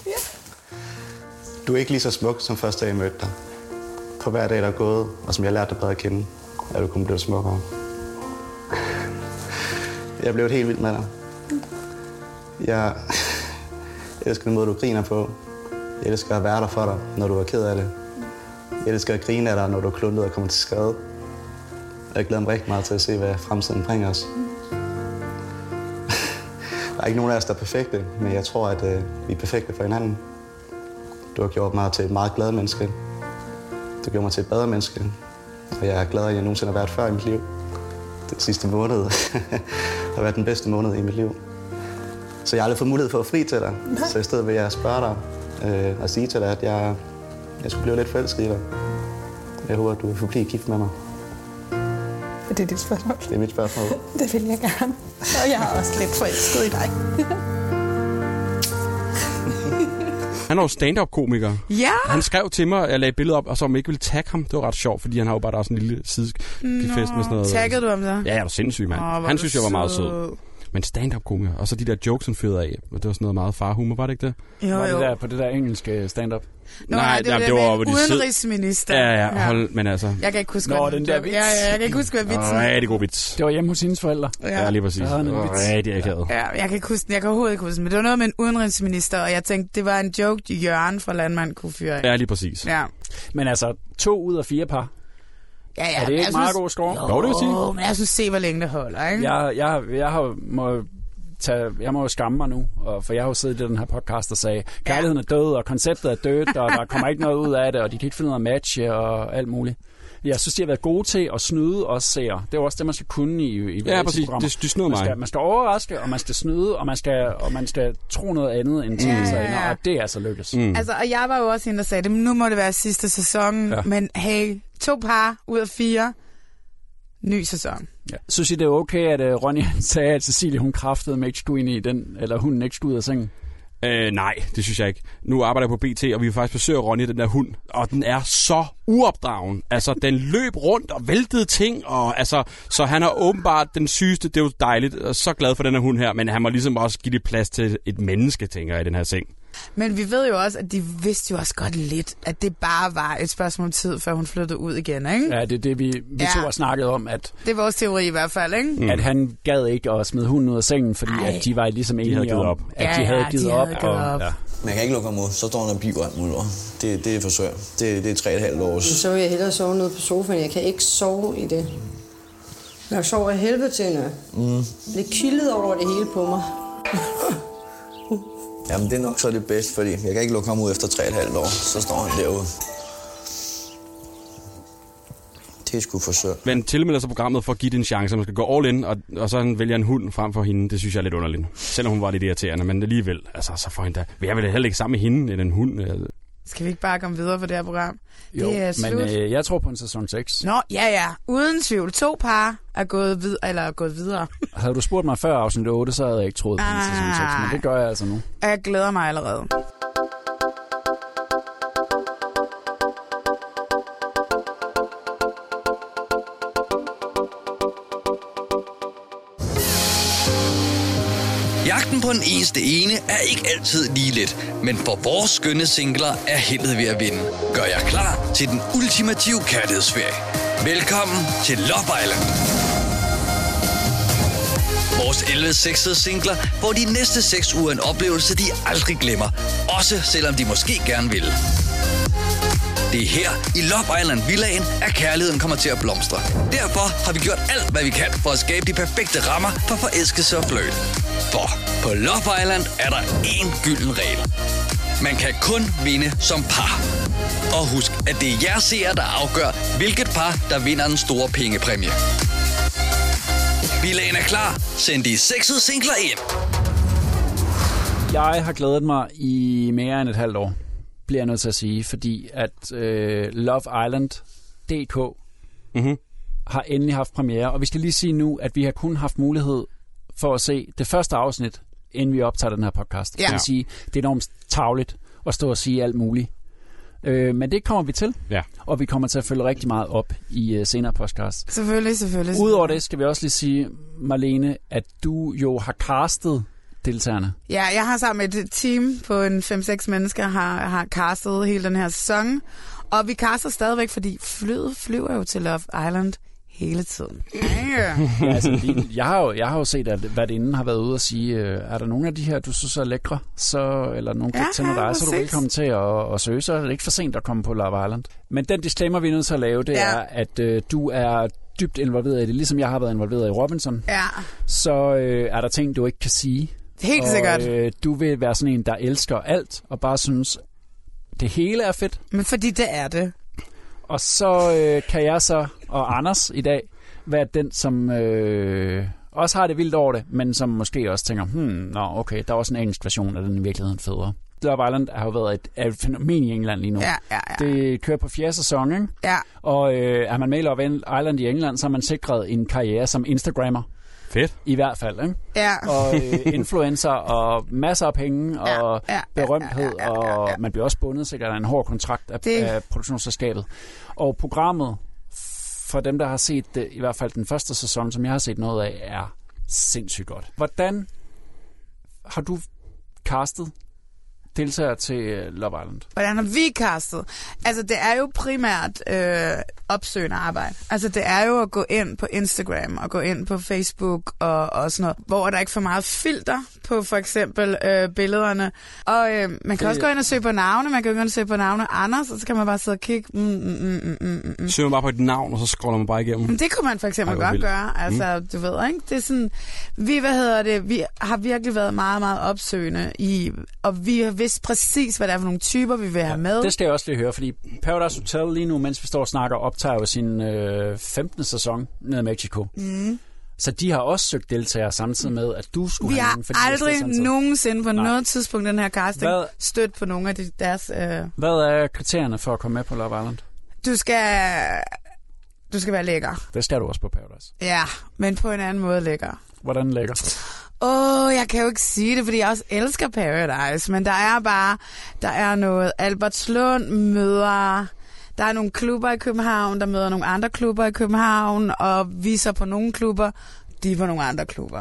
du er ikke lige så smuk, som første dag jeg mødte dig. På hver dag, der er gået, og som jeg lærte dig bedre at kende, er du kun blevet smukkere. Jeg blev helt vild med dig. Jeg elsker den måde, du griner på. Jeg elsker at være der for dig, når du er ked af det. Jeg elsker at grine af dig, når du er kluntet og kommer til skade. Jeg glæder mig rigtig meget til at se, hvad fremtiden bringer os. Der er ikke nogen af os, der er perfekte, men jeg tror, at vi er perfekte for hinanden. Du har gjort mig til et meget glad menneske. Du gjorde mig til et bedre menneske. Og jeg er gladere, end jeg nogensinde har været før i mit liv. Den sidste måned har været den bedste måned i mit liv. Så jeg har aldrig fået mulighed for at fri til dig. Så i stedet vil jeg spørge dig og sige til dig, at jeg skulle blive lidt forelsket i dig. Jeg håber, at du vil forblive gift med mig. Det er dit spørgsmål. Det er mit spørgsmål. Det vil jeg gerne. Og jeg er også lidt forelsket i dig. Han er jo stand-up-komiker. Ja. Han skrev til mig, jeg lagde et billede op, og så om jeg ikke ville tagge ham. Det var ret sjovt, fordi han har jo bare sådan en lille sidefest med sådan noget. Taggede du ham så? Ja, jeg er jo sindssyg, mand. Han synes, jeg var meget sød. Men stand-up-komiker, og så de der jokes, han fyrede af. Det var sådan noget meget farhumor, var det ikke det? Jo. Var det der på det der engelske stand-up? Nej, det var udenrigsminister. Ja. Men altså... Jeg kan ikke huske, den der vits. Ja, jeg kan ikke huske, hvad vitsen. Rigtig god vits. Det var hjemme hos hendes forældre. Ja, lige præcis. Rigtig akavet. Ja, jeg kan ikke huske den. Jeg kan overhovedet ikke huske den. Men det var noget med en udenrigsminister, og jeg tænkte, det var en joke, Jørgen fra Landmand kunne fyre af. Ja, lige præcis. Ja. Men altså, 2 ud af 4 par. Ja, er det ikke meget god score? Jo, det vil sige. Men jeg synes, se, hvor længe det holder, ikke? Jeg må jo skamme mig nu, for jeg har jo siddet i den her podcast og sagde, kærligheden er død, og konceptet er dødt, og der kommer ikke noget ud af det, og de kan ikke finde noget at matche og alt muligt. Jeg synes, de har været gode til at snyde os seere. Det er også det, man skal kunne i ja, præcis. De snyder mig. Man skal overraske, og man skal snyde, og man skal tro noget andet end ting, og det er altså lykkes. Altså, og jeg var jo også en, der sagde, nu må det være sidste sæson, men hey, 2 par ud af 4, ny sæson. Ja. Synes I, det er okay, at Ronny sagde, at Cecilie, hun kraftede ikke skulle ind i den, eller hunden ikke skulle ud af sengen? Nej, det synes jeg ikke. Nu arbejder jeg på BT, og vi vil faktisk besøge Ronny, den der hund, og den er så uopdragen. Altså, den løb rundt og væltede ting, og altså, så han er åbenbart den sygeste. Det er jo dejligt, og så glad for den her hund her, men han må ligesom også give det plads til et menneske, tænker jeg, i den her seng. Men vi ved jo også, at de vidste jo også godt lidt, at det bare var et spørgsmål om tid, før hun flyttede ud igen, ikke? Ja, det er det, vi to har snakket om. At det er vores teori i hvert fald, ikke? At han gad ikke at smide hunden ud af sengen, fordi at de var ligesom enige om, at de havde givet op. Man kan ikke lukke ham ud, så står han og piver alt muligt. Det er for svært. Det er 3,5 år. Så vil jeg hellere sove nede på sofaen. Jeg kan ikke sove i det. Jeg sover af helvede til nu. Det er kildet over det hele på mig. Jamen, det er nok så det bedste, fordi jeg kan ikke lukke ham ud efter 3,5 år. Så står han derude. Det er sgu for sødt. Men tilmelder sig programmet for at give det en chance. Man skal gå all in, og så vælger en hund frem for hende. Det synes jeg er lidt underligt. Selvom hun var lidt irriterende, men alligevel. Altså, så får hende da... Jeg vil heller ikke sammen med hende end en hund. Skal vi ikke bare komme videre på det her program? Jo, det er slut. Men jeg tror på en sæson 6. Nå, ja. Uden tvivl. 2 par er gået videre. Havde du spurgt mig før afsnit 8, så havde jeg ikke troet på en sæson 6, men det gør jeg altså nu. Jeg glæder mig allerede. Jagten på den eneste ene er ikke altid lige let, men for vores skønne singler er heldet ved at vinde. Gør jer klar til den ultimative kærlighedsferie. Velkommen til Love Island. Vores 11 sexede singler får de næste 6 uger en oplevelse, de aldrig glemmer. Også selvom de måske gerne vil. Det er her i Love Island Villaen, at kærligheden kommer til at blomstre. Derfor har vi gjort alt, hvad vi kan for at skabe de perfekte rammer for forelskelse og fløjt. For på Love Island er der én gylden regel. Man kan kun vinde som par. Og husk, at det er jer seere, der afgør, hvilket par, der vinder den store pengepræmie. Villaen er klar. Send de sexede singler ind. Jeg har glædet mig i mere end et halvt år, bliver jeg nødt til at sige, fordi at LoveIsland.dk har endelig haft premiere, og vi skal lige sige nu, at vi har kun haft mulighed for at se det første afsnit, inden vi optager den her podcast. Ja. Det vil sige, det er enormt tarveligt at stå og sige alt muligt. Men det kommer vi til, og vi kommer til at følge rigtig meget op i senere podcast. Selvfølgelig. Udover det skal vi også lige sige, Marlene, at du jo har castet deltagerne. Ja, jeg har sammen med et team på en 5-6 mennesker har castet hele den her sæson, og vi caster stadigvæk, fordi flyet flyver jo til Love Island hele tiden. Ja, altså, jeg har jo set, at værtinden har været ude og sige, er der nogen af de her, du synes er lækre, eller nogen kan tænde dig, så er du velkommen til at søge, så er det ikke for sent at komme på Love Island. Men den disclaimer, vi er nødt til at lave, det er, at du er dybt involveret i det, ligesom jeg har været involveret i Robinson. Ja. Så er der ting, du ikke kan sige. Helt sikkert. Du vil være sådan en, der elsker alt, og bare synes, det hele er fedt. Men fordi det er det. Og så kan jeg så, og Anders i dag, være den, som også har det vildt over det, men som måske også tænker, okay, der er også en engelsk version af den i virkeligheden federe. Love Island har jo været et fænomen i England lige nu. Ja. Det kører på 4. sæson, ikke? Ja. Og er man med i Love Island i England, så har man sikret en karriere som Instagrammer. Fedt. I hvert fald, ikke? Ja. Og influencer, og masser af penge, og berømthed, og man bliver også bundet sikkert af en hård kontrakt af produktionsselskabet. Og programmet, for dem, der har set det, i hvert fald den første sæson, som jeg har set noget af, er sindssygt godt. Hvordan har du castet deltager til Love Island? Hvordan har vi castet? Altså, det er jo primært opsøgende arbejde. Altså, det er jo at gå ind på Instagram og gå ind på Facebook og sådan noget, hvor der ikke er for meget filter på for eksempel billederne. Og man kan også gå ind og søge på navne. Man kan gå ind og søge på navne Anders, og så kan man bare sidde og kigge. Søger man bare på et navn, og så scroller man bare igennem. Men det kunne man for eksempel godt gøre. Altså, du ved, ikke? Det er sådan, vi har virkelig været meget, meget opsøgende i, og vi har vidst præcis, hvad det er for nogle typer, vi vil have med. Det skal jeg også lige høre, fordi Paradise Hotel lige nu, mens vi står og snakker, optager jo sin 15. sæson nede i Mexico. Så de har også søgt deltagere samtidig med, at du skulle have nogen. Vi har aldrig nogensinde på noget tidspunkt den her casting stødt på nogle af deres... Hvad er kriterierne for at komme med på Love Island? Du skal være lækker. Det skal du også på Paradise. Ja, men på en anden måde lækker. Hvordan lækker? Jeg kan jo ikke sige det, fordi jeg også elsker Paradise, men der er noget Albertslund møder... Der er nogle klubber i København, der møder nogle andre klubber i København, og vi så på nogle klubber, de på nogle andre klubber.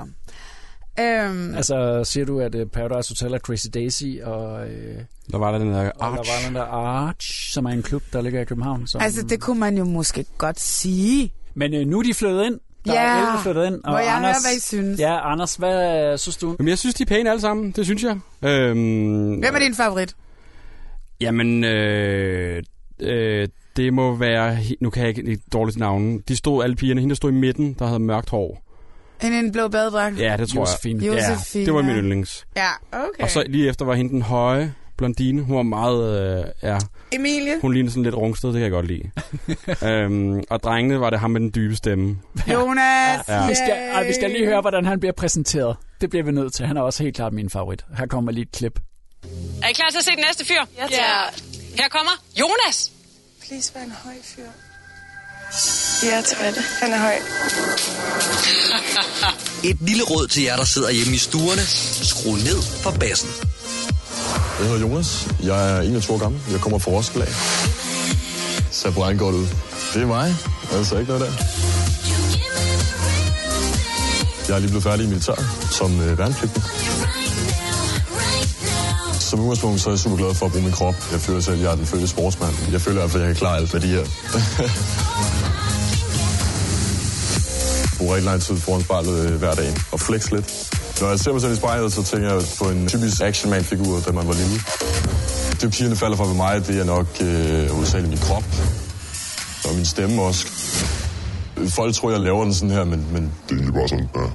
Altså, siger du, at Paradise Hotel er Crazy Daisy, og der var der den der Arch, som er en klub, der ligger i København? Som... Altså, det kunne man jo måske godt sige. Men nu er de flyttet ind. Der er 11 flyttet ind. Og jeg hører, hvad I synes. Ja, Anders, hvad synes du? Jamen, jeg synes, de er pæne alle sammen. Det synes jeg. Hvem er din favorit? Jamen, det må være... Nu kan jeg ikke et dårligt navn. De stod alle pigerne. Hende, der stod i midten, der havde mørkt hår. En blå badedragt? Ja, det tror Josefine. jeg. Ja, det var min yndlings. Ja, okay. Og så lige efter var hende den høje blondine. Hun var meget... Emilie? Hun lignede sådan lidt rungsted, det kan jeg godt lide. Og drengene var det ham med den dybe stemme. Jonas! Ja. Vi skal lige høre, hvordan han bliver præsenteret. Det bliver vi nødt til. Han er også helt klart min favorit. Her kommer lige et klip. Er I klar til at se den næste fyr? Ja, tak. Her kommer Jonas. Please, vær en høj fyr. Ja, Trette. Han er høj. Et lille råd til jer, der sidder hjemme i stuerne. Skru ned for bassen. Jeg hedder Jonas. Jeg er 21 år gammel. Jeg kommer fra Roskilde af. Ser på egen godt ud. Det er mig. Altså ikke noget der. Jeg er lige blevet færdig i militæret som værnepligtig. Som udgangspunkt så er jeg super glad for at bruge min krop. Jeg føler selv, at jeg er den fødte sportsmand. Jeg føler i hvert fald, at jeg kan klare alt med de her. Jeg bruger rigtig lang tid foran spejlet hver dag og flex lidt. Når jeg ser mig selv i spejlet, så tænker jeg på en typisk actionman-figur, da man var lille. Det pigerne falder fra ved mig, det er nok hovedsageligt min krop. Og min stemme også. Folk tror, jeg laver den sådan her, men det er egentlig bare sådan, ja.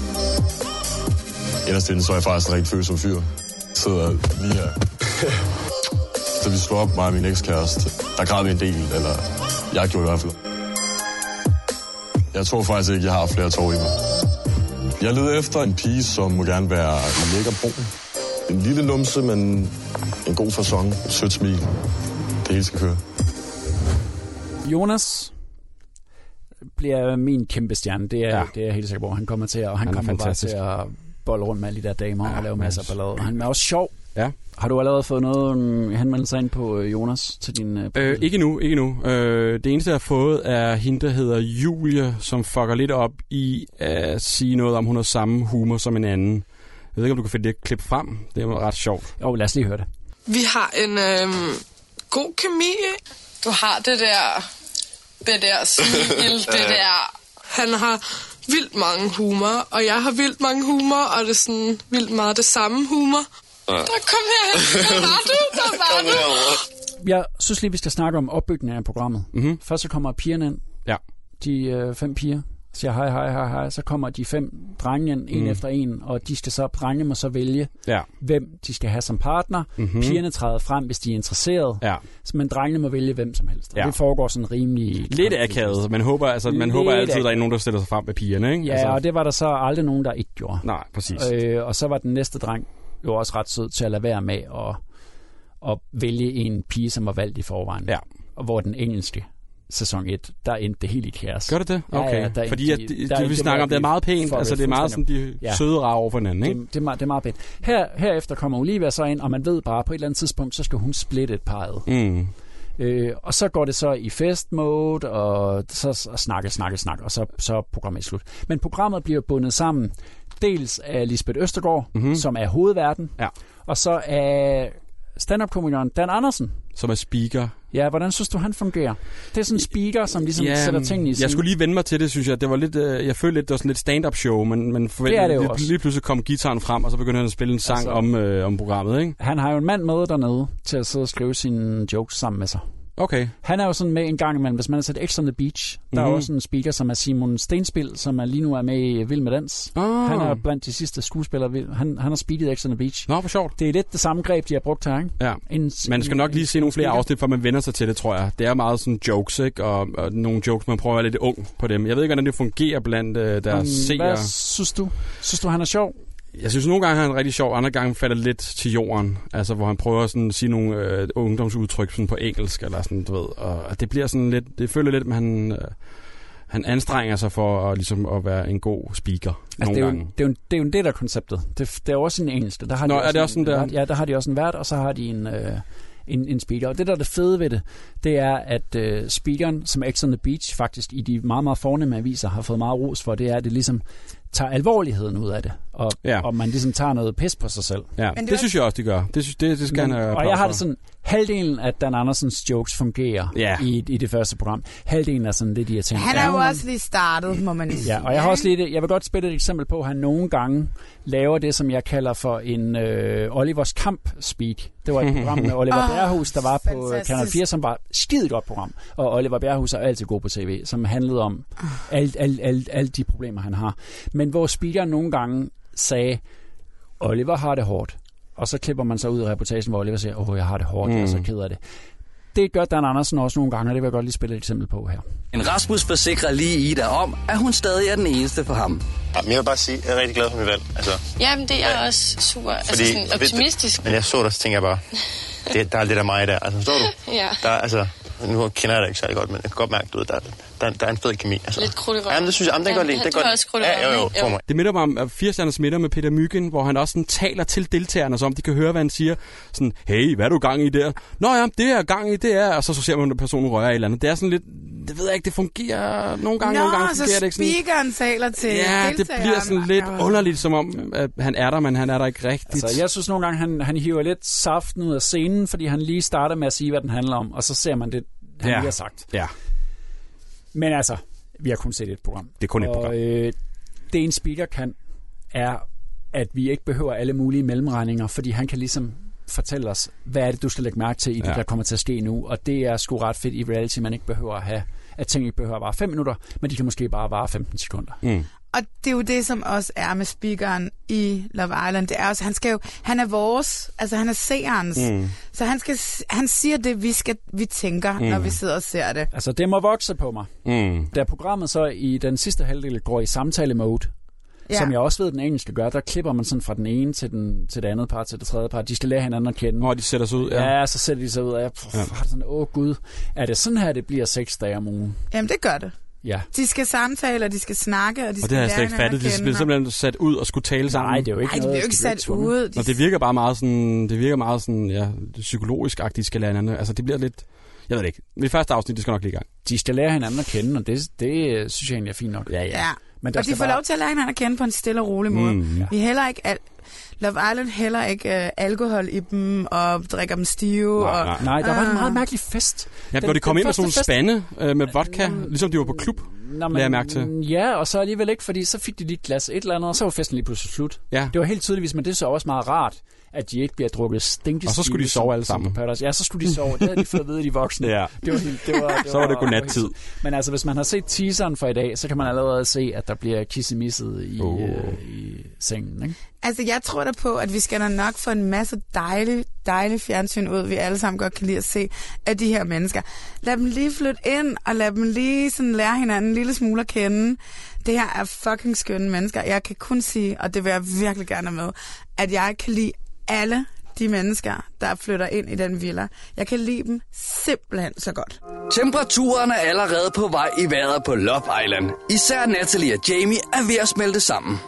Inderst inde, så er jeg faktisk en rigtig følsom fyr. Jeg sidder lige her. Da vi slog op, mig og min ekskæreste, der græd vi en del, eller jeg gjorde i hvert fald. Jeg tror faktisk ikke, jeg har flere tår i mig. Jeg leder efter en pige, som må gerne være lækker brun. En lille numse, men en god facon, et sødt smil. Det hele skal køre. Jonas bliver min kæmpe stjerne. Det er jeg helt sikker på. Han kommer til, og han kommer bare til at bolle rundt med alle de der damer og lave masser af ballade. Han er også sjov. Ja. Har du allerede fået noget henvendelse ind på Jonas til din... Ikke nu. Det eneste, jeg har fået, er hende, der hedder Julie, som fucker lidt op i at sige noget om, hun har samme humor som en anden. Jeg ved ikke, om du kan finde det klip frem. Det er ret sjovt. Jo, lad os lige høre det. Vi har en god kemi. Du har det der smil, det der... Han har vildt mange humor, og jeg har vildt mange humor, og det er sådan vildt meget det samme humor. Der kom her. Der var du. Jeg synes lige, vi skal snakke om opbygningen af programmet. Mm-hmm. Først så kommer pigerne ind. Ja. De 5 piger siger hej. Så kommer de 5 drenge ind, en efter en, og de skal så, drenge må så vælge, hvem de skal have som partner. Mm-hmm. Pigerne træder frem, hvis de er interesserede. Ja. Men drengene må vælge hvem som helst. Ja. Det foregår sådan rimelig... Lidt akavet. Man håber altid, at der er nogen, der stiller sig frem med pigerne, ikke? Ja, altså... og det var der så aldrig nogen, der ikke gjorde. Nej, præcis. Og så var den næste dreng jo også ret sød til at lade være med at vælge en pige, som var valgt i forvejen. Ja. Og hvor den engelske sæson 1, der endte det helt i kaos. Gør det det? Okay. Ja, fordi det vi snakker om, det er meget pænt. Altså det er meget sådan, de søde rar over for hinanden, ikke? Det er meget pænt. Herefter kommer Olivia så ind, og man ved bare, på et eller andet tidspunkt, så skal hun splitte et parret. Mm. Og så går det så i fest-mode, og så snakke, og så programmet er slut. Men programmet bliver bundet sammen dels af Lisbeth Østergaard, som er hovedverden, og så af stand-up-komikeren Dan Andersen, som er speaker. Ja, hvordan synes du, han fungerer? Det er sådan en speaker, som ligesom sætter tingene i sin... Jeg skulle lige vende mig til det, synes jeg. Det var lidt, jeg følte lidt, det var sådan lidt stand-up show, men forventede lige pludselig kom gitaren frem, og så begyndte han at spille en sang om programmet, ikke? Han har jo en mand med dernede til at sidde og skrive sine jokes sammen med sig. Okay. Han er jo sådan med en gang imellem, hvis man har set X on the Beach. Der er også en speaker, som er Simon Stenspil, som er lige nu er med i Vild med Dans. Han er blandt de sidste skuespillere. Han har speaket X on the Beach. Nå, hvor sjovt. Det er lidt det samme greb, de har brugt her, ikke? Ja. Man skal nok lige se nogle flere afsnit, for man vender sig til det, tror jeg. Det er meget sådan jokes, ikke? Og nogle jokes, man prøver at være lidt ung på dem. Jeg ved ikke, hvordan det fungerer blandt deres seere. Hvad synes du? Synes du, han er sjov? Jeg synes, nogle gange er han rigtig sjov, andre gange falder lidt til jorden. Altså, hvor han prøver sådan at sige nogle ungdomsudtryk sådan på engelsk, eller sådan, du ved. Og det bliver sådan lidt, det føler lidt, at han anstrenger sig for ligesom at være en god speaker. Altså, det er jo en del af konceptet. Det er også en engelsk. Der har er det også sådan der? Ja, der har de også en vært, og så har de en speaker. Og det, der er det fede ved det, det er, at speakeren, som X on the Beach faktisk i de meget, meget fornemme aviser har fået meget ros for, det er, at det ligesom tager alvorligheden ud af det, og man ligesom tager noget pis på sig selv. Ja, det synes jeg også, de gør. Det skal han have. Og jeg har det sådan, halvdelen af Dan Andersens jokes fungerer i det første program. Halvdelen er sådan lidt irriterende. Han er jo også lige startet, må man sige. Ja, og jeg har også lige jeg vil godt spille et eksempel på, at han nogle gange laver det, som jeg kalder for en Olivers Kamp-speak. Det var et program med Oliver Bjerrehuus, der var på Kanal 4, som var et skide godt program. Og Oliver Bjerrehuus er altid god på tv, som handlede om alle de problemer, han har. Men hvor speakeren nogle gange sagde, Oliver har det hårdt. Og så klipper man sig ud af reportagen, hvor Oliver siger, jeg har det hårdt, jeg er så ked af det. Det gør Dan Andersen også nogle gange, og det vil jeg godt lige spille et eksempel på her. En Rasmus forsikrer lige Ida om, at hun stadig er den eneste for ham. Jamen, jeg vil bare sige, at jeg er rigtig glad for mit valg. Altså, jamen, det er også super sådan optimistisk. Men jeg så dig, så tænker jeg bare, der er lidt af mig der. Altså, forstår du? Ja. Der er, altså, nu kender jeg dig ikke særlig godt, men jeg kan godt mærke, der er en fed kemi. Altså. Lidt krudt i røven. Jamen, det synes jeg, det er godt lide. Det er også krudt i røven. Ja, jo. Det minder mig om 80'ernes midter med Peter Myggen, hvor han også sådan taler til deltagerne, så om de kan høre, hvad han siger. Sådan, hey, hvad er du gang i der? Nå ja, det er gang i, det er. Og så ser man, at personen rører et eller andet. Det er sådan lidt, det ved jeg ikke, det fungerer nogle gange fungerer det ikke sådan. Speakeren taler til deltagerne. Det bliver sådan lidt underligt, som om at han er der, men han er der ikke rigtigt. Altså, jeg synes nogle gange, han hiver lidt saften ud af scenen, fordi han lige starter med at sige, hvad den handler om, og så ser man det, han lige har sagt. Ja. Men altså, vi har kun set et program. Det er kun et program. Det en speaker kan, er, at vi ikke behøver alle mulige mellemregninger, fordi han kan ligesom fortælle os, hvad er det, du skal lægge mærke til i det, der kommer til at ske nu. Og det er sgu ret fedt i reality, man ikke behøver at have, at ting ikke behøver at vare 5 minutter, men de kan måske bare vare 15 sekunder. Mm. Og det er jo det, som også er med speakeren i Love Island. Det er også, han er vores, altså han er seerens. Så han siger det, vi tænker, når vi sidder og ser det. Altså det må vokse på mig. Da programmet så i den sidste halvdel går i samtale-mode, som jeg også ved, den engelske gør, der klipper man sådan fra den ene til det andet par, til det tredje par. De skal lære hinanden at kende. De sætter sig ud, ja. Så sætter de sig ud, og jeg har sådan, gud, er det sådan her, det bliver 6 dage om ugen? Jamen, det gør det. Ja. De skal samtale, og de skal snakke, og de skal lære hinanden at kende. Og det har jeg slet ikke fattet. De bliver simpelthen sat ud og skulle tale sammen. Nej, det er jo ikke noget. De bliver jo ikke sat ud. Og det virker bare meget sådan, psykologisk-agtigt, de skal lære hinanden. Altså, det bliver lidt... Jeg ved det ikke. Ved første afsnit, det skal nok lige i gang. De skal lære hinanden at kende, og det synes jeg egentlig er fint nok. Ja. Men og de får lov til at lære hinanden at kende på en stille og rolig måde. Vi heller ikke Love Island heller ikke alkohol i dem og drikker dem stive. Nej, der var en meget mærkelig fest. Ja, hvor de kom ind med sådan nogle spande med vodka, ligesom de var på klub, lader jeg mærke til. Ja, og så alligevel ikke, fordi så fik de lige et glas et eller andet, og så var festen lige pludselig slut. Ja. Det var helt tydeligvis, men det er så også meget rart, at de ikke bliver drukket stinkestive. Og så skulle de sove alle sammen. Ja, så skulle de sove. Det havde de fået at vide, de voksne. Ja. Så var det godnattid. Men altså, hvis man har set teaseren for i dag, så kan man allerede se, at der bliver kissemisset i sengen, ikke? Altså, jeg tror da på, at vi skal da nok få en masse dejlig fjernsyn ud, vi alle sammen godt kan lide at se af de her mennesker. Lad dem lige flytte ind, og lad dem lige sådan lære hinanden en lille smule at kende. Det her er fucking skønne mennesker. Jeg kan kun sige, og det vil jeg virkelig gerne med, at jeg kan lide alle de mennesker, der flytter ind i den villa. Jeg kan lide dem simpelthen så godt. Temperaturen er allerede på vej i vejret på Love Island. Især Natalie og Jamie er ved at smelte sammen.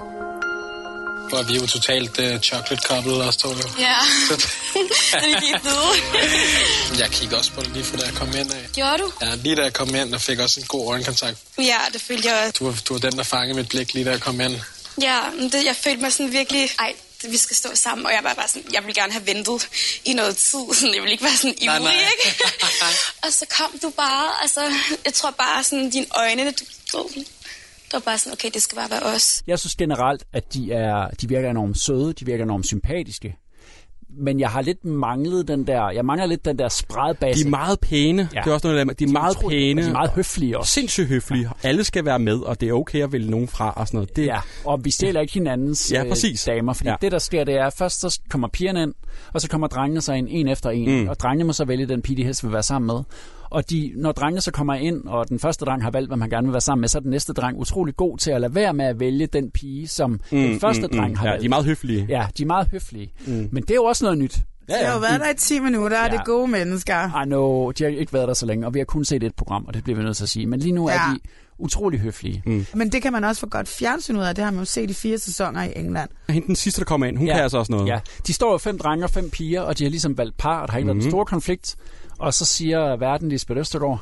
Og vi er jo totalt chocolate couple også, tror jeg. Ja, det er helt nede. Jeg kiggede også på det lige fra da jeg kom ind af. Gjorde du? Ja, lige da jeg kom ind og fik også en god øjenkontakt. Ja, det følte jeg også. Du var den, der fangede mit blik lige da jeg kom ind. Ja, jeg følte mig sådan virkelig... Ej, vi skal stå sammen, og jeg var bare sådan... Jeg ville gerne have ventet i noget tid, sådan, jeg ville ikke være sådan ivrig, ikke? Og så kom du bare, altså... Jeg tror bare sådan, dine øjne... Det var bare sådan, okay, det skal bare være os. Jeg synes generelt, at de virker enormt søde, de virker enormt sympatiske. Men jeg har lidt manglet den der spredbase. De er meget pæne. Ja. Det er også noget, de er meget pæne. De er meget høflige også. Sindssygt høflige. Ja. Alle skal være med, og det er okay at vælge nogen fra og sådan noget. Det... Ja, og vi stjæler ikke hinandens damer. Fordi det, der sker, det er, først så kommer pigerne ind, og så kommer drengene sig ind en efter en. Og drengene må så vælge den pige, de helst vil være sammen med. Og når drengene så kommer ind, og den første dreng har valgt, hvad man gerne vil være sammen med, så er den næste dreng utrolig god til at lade være med at vælge den pige, som den første dreng har valgt. Ja, de er meget høflige. Ja, de er meget høflige. Men det er jo også noget nyt. Ja. De har jo været der i 10 minutter, og det er gode mennesker. I know, de har ikke været der så længe, og vi har kun set et program, og det bliver vi nødt til at sige. Men lige nu er de utrolig høflige. Men det kan man også få godt fjernsyn ud af. Det har man jo set i 4 sæsoner i England. Hende den sidste, der kommer ind, hun kan altså også noget. Ja, de står jo 5 drenge og 5 piger, og de har ligesom valgt par, og der har ikke været en stor konflikt. Og så siger verden Lisbeth Østergaard,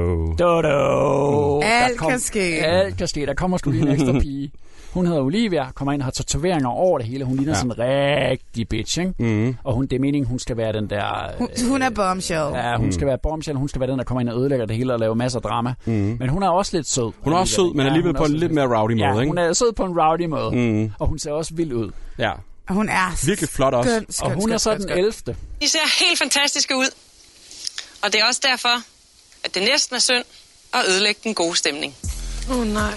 Dodo. Alt kan ske. Alt kan ske. Der kommer sgu lige en ekstra pige. Hun hedder Olivia, kommer ind og har tatoveringer over det hele. Hun ligner sådan en rigtig bitch, ikke? Og det er meningen, hun skal være den der... Hun er bombshell. Ja, hun skal være bombshell. Hun skal være den, der kommer ind og ødelægger det hele og laver masser af drama. Men hun er også lidt sød. Hun er også sød, men alligevel på en lidt mere rowdy måde, ikke? Ja, hun er sød på en rowdy måde. Og hun ser også vild ud. Ja. Hun er virkelig flot også. Og hun er så den 11. De ser helt fantastiske ud. Og det er også derfor, at det næsten er synd at ødelægge den gode stemning. Nej.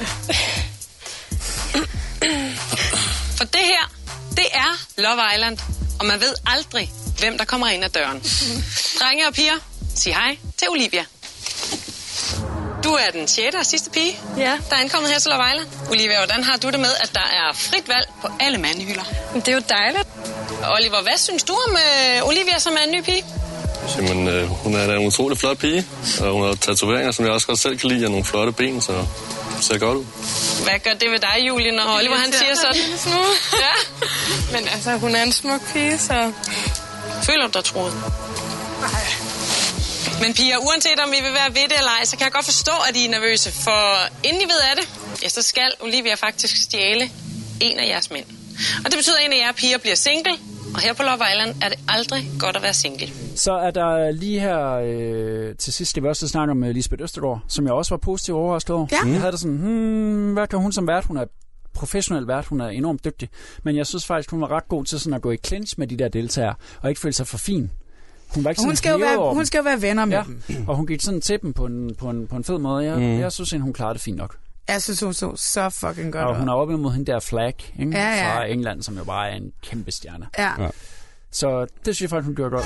For det her, det er Love Island, og man ved aldrig, hvem der kommer ind ad døren. Drenge og piger, sig hej til Olivia. Du er den 6. og sidste pige, der er ankommet her til Love Island. Olivia, hvordan har du det med, at der er frit valg på alle mandehylder? Det er jo dejligt. Oliver, hvad synes du om Olivia, som er en ny pige? Jamen, hun er en utrolig flot pige, og hun har tatoveringer, som jeg også godt selv kan lide, og nogle flotte ben, så det ser godt ud. Hvad gør det ved dig, Julie, når Oliver han siger sådan? Ja. Men altså, hun er en smuk pige, så... Føler du dig troet? Nej. Men piger, uanset om vi vil være ved det eller ej, så kan jeg godt forstå, at I er nervøse. For inden I ved af det, så skal Olivia faktisk stjæle en af jeres mænd. Og det betyder, at en af jer piger bliver single. Og her på Love Island er det aldrig godt at være single. Så er der lige her til sidst, det var også at snakke om Lisbeth Østergaard, som jeg også var positivt overrasket over. Ja. Jeg havde det sådan, hvad kan hun som vært? Hun er professionel vært, hun er enormt dygtig. Men jeg synes faktisk, hun var ret god til sådan at gå i clinch med de der deltagere, og ikke føle sig for fin. Hun var ikke hun skal jo være venner med dem. Og hun gik sådan til dem på en fed måde. Jeg synes, hun klarede det fint nok. Jeg synes, hun så fucking godt. Og hun er oppe mod hende der Flag, ikke? Ja. Fra England, som jo bare er en kæmpe stjerne. Ja. Så det synes jeg faktisk, hun gjorde godt.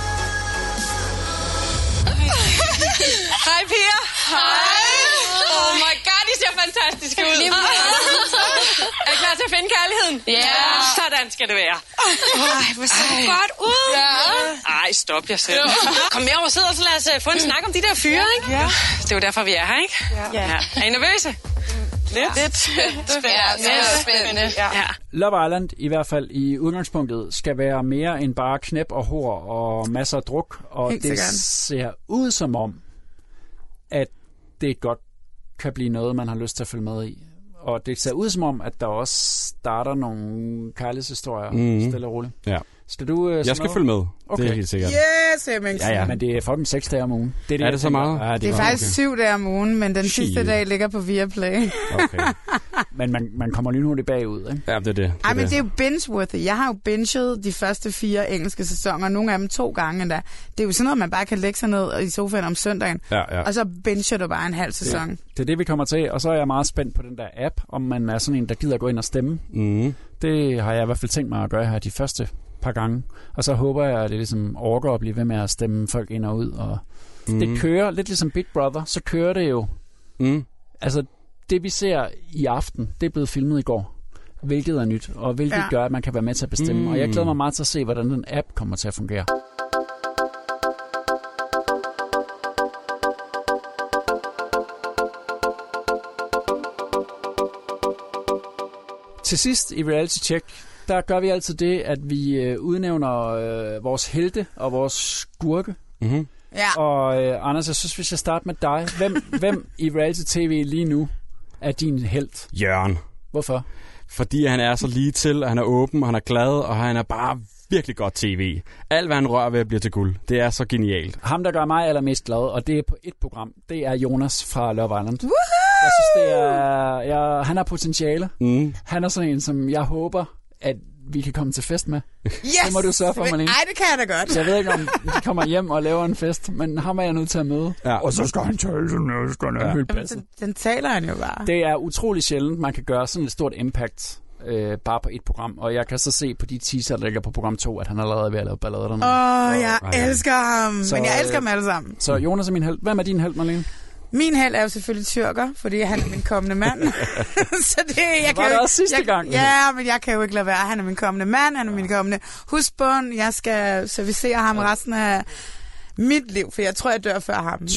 Hej, piger. Hej. Oh my god, I ser fantastiske ud. Er I klar til at finde kærligheden? Ja. Sådan skal det være. Ej, hvor ser det godt ud. Ja. Ej, stop jer selv. Kom med over og sidde, og så lad os få en snak om de der fyre, ikke? Ja. Det er jo derfor, vi er her, ikke? Ja. Er I nervøse? Lidt spændende. Ja. Love Island, i hvert fald i udgangspunktet, skal være mere end bare knæp og hår og masser af druk. Og helt det ser ud som om, at det godt kan blive noget, man har lyst til at følge med i. Og det ser ud som om, at der også starter nogle kærlighedshistorier stille og roligt. Ja. Skal du jeg skal følge med. Okay. Det er helt sikkert. Yes, Hemmingsen. Ja, men det er fucking 6 dage om ugen. Er det så meget? Ja, det er faktisk 7 dage om ugen, men den sidste dag ligger på Viaplay. Okay. Men man kommer lige hurtigt bagud, ikke? Ja, det er det. Ej, men det er jo binge-worthy. Jeg har jo binget de første 4 engelske sæsoner, nogle af dem 2 gange endda. Det er jo sådan noget, man bare kan lægge sig ned i sofaen om søndagen, og så binger du bare en halv sæson. Ja. Det er det, vi kommer til, og så er jeg meget spændt på den der app, om man er sådan en, der gider gå ind og stemme. Det har jeg i hvert fald tænkt mig at gøre her de første par gange. Og så håber jeg, at det ligesom overgår at blive ved med at stemme folk ind og ud. Og det kører lidt ligesom Big Brother, så kører det jo. Altså, det vi ser i aften, det er blevet filmet i går. hvilket er nyt, og hvilket gør, at man kan være med til at bestemme. Og jeg glæder mig meget til at se, hvordan den app kommer til at fungere. Til sidst i Reality Check, der gør vi altid det, at vi udnævner vores helte og vores skurke. Mm-hmm. Ja. Og Anders, jeg synes, vi skal starte med dig. Hvem i reality tv lige nu er din helt? Jørgen. Hvorfor? Fordi han er så lige til, og han er åben, og han er glad, og han er bare virkelig godt tv. Alt, hvad han rører ved, bliver til guld. Det er så genialt. Ham, der gør mig allermest glad, og det er på et program, det er Jonas fra Love Island. Woohoo! Jeg synes, han har potentiale. Han er sådan en, som jeg håber, at vi kan komme til fest med. Yes! Det må du sørge for, Malene. Ej, det kan jeg da godt. Så jeg ved ikke, om de kommer hjem og laver en fest, men ham er jeg nødt til at møde. Ja. Og så skal han tale sådan noget. Den taler han jo bare. Det er utrolig sjældent, man kan gøre sådan et stort impact bare på et program. Og jeg kan så se på de teaser, der ligger på program 2, at han allerede er ved at lave ballader dernede. Jeg elsker ham. Så, men jeg elsker dem alle sammen. Så Jonas er min helt. Hvem er din helt, Malene? Min held er jo selvfølgelig tyrker, fordi han er min kommende mand. Så det jeg var det også sidste gang? Ja, men jeg kan jo ikke lade være. Han er min kommende mand, han er min kommende husbund. Jeg skal servicere ham resten af mit liv, for jeg tror, jeg dør før ham.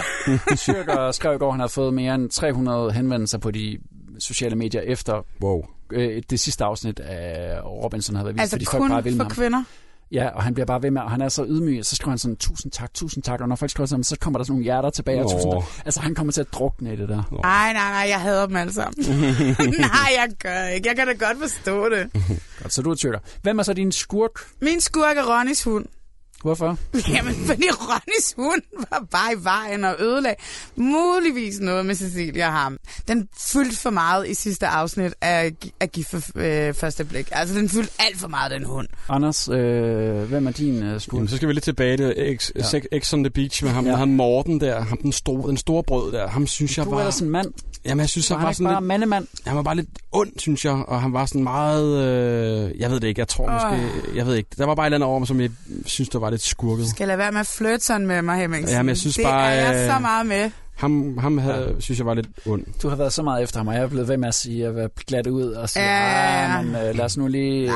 Tyrker skrev i går, han har fået mere end 300 henvendelser på de sociale medier efter det sidste afsnit af Robinson havde været vist. Altså fordi kun folk bare vil for ham. Kvinder? Ja, og han bliver bare ved med, og han er så ydmyg, så skriver han sådan, tusind tak, og når folk skriver sådan, så kommer der sådan nogle hjerter tilbage, og tusind tak. Altså, han kommer til at drukne i det der. Nej, jeg hader dem alle sammen. Nej, jeg gør ikke. Jeg kan da godt forstå det. Godt, så du er tyrker. Hvem er så din skurk? Min skurk er Ronnys hund. Hvorfor? Jamen, fordi Ronnys hund var bare i vejen og ødelag muligvis noget med Cecilia og ham. Den fyldte for meget i sidste afsnit af Gift for første blik. Altså, den fyldte alt for meget, den hund. Anders, hvem er din skurk? Jamen, så skal vi lidt tilbage til X on the Beach med ham. Han Morten der, ham den store brød der. Ham synes jeg var... Du er da sådan en mand. Jamen, jeg synes, han var sådan bare lidt... mandemand. Han var bare lidt ond, synes jeg. Og han var sådan meget... jeg ved det ikke, jeg tror måske... Jeg ved ikke. Der var bare et eller andet over mig, som jeg synes, der var lidt skurket. Skal lade være med at flirte sådan med mig, Hemmingsen. Ja, men jeg synes det bare... er jeg så meget med. Ham synes jeg var lidt ond. Du har været så meget efter ham, og jeg er blevet ved med at sige, at jeg er glat ud og sige, men lad os nu lige...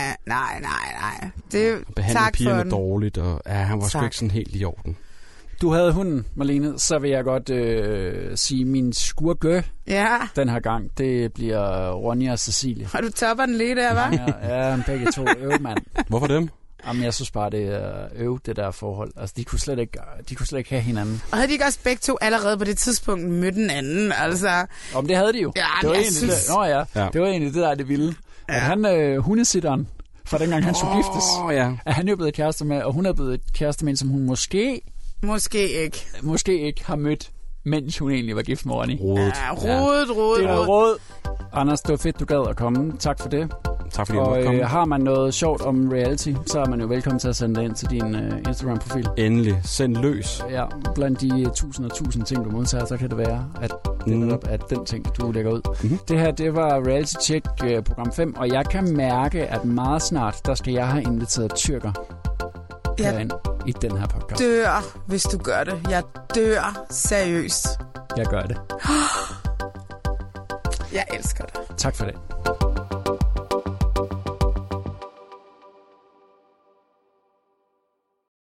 Nej. Det behandlede pigerne dårligt, og han var sgu ikke sådan helt i orden. Du havde hunden, Malene, så vil jeg godt sige, min skurke den her gang, det bliver Ronja og Cecilie. Og du topper den lige der, hva'? Ja, begge to mand. Hvorfor dem? Jamen, jeg synes bare, det er det der forhold. Altså, de kunne slet ikke have hinanden. Og havde de ikke også begge to allerede på det tidspunkt mødt den anden, altså? Om det havde de jo. Ja, det var egentlig synes... det var egentlig det, der er det vilde. Ja. At han, hundesitteren, fra dengang han skulle giftes, at han jo blevet kæreste med, og hun er blevet kæreste med en, som hun måske ikke har mødt, mens hun egentlig var gift med Ronny. Rodet. Det er råd. Anders, det var fedt, du gad at komme. Tak for det. Tak fordi jeg måtte komme. Og har man noget sjovt om reality, så er man jo velkommen til at sende det ind til din Instagram-profil. Endelig. Send løs. Ja, blandt de 1000 ting, du modtager, så kan det være, at det netop er den ting, du lægger ud. Mm-hmm. Det her, det var Reality Check program 5, og jeg kan mærke, at meget snart, der skal jeg have inviteret tyrker herind i den her podcast. Dør, hvis du gør det. Jeg dør seriøst. Jeg gør det. Jeg elsker det. Tak for det.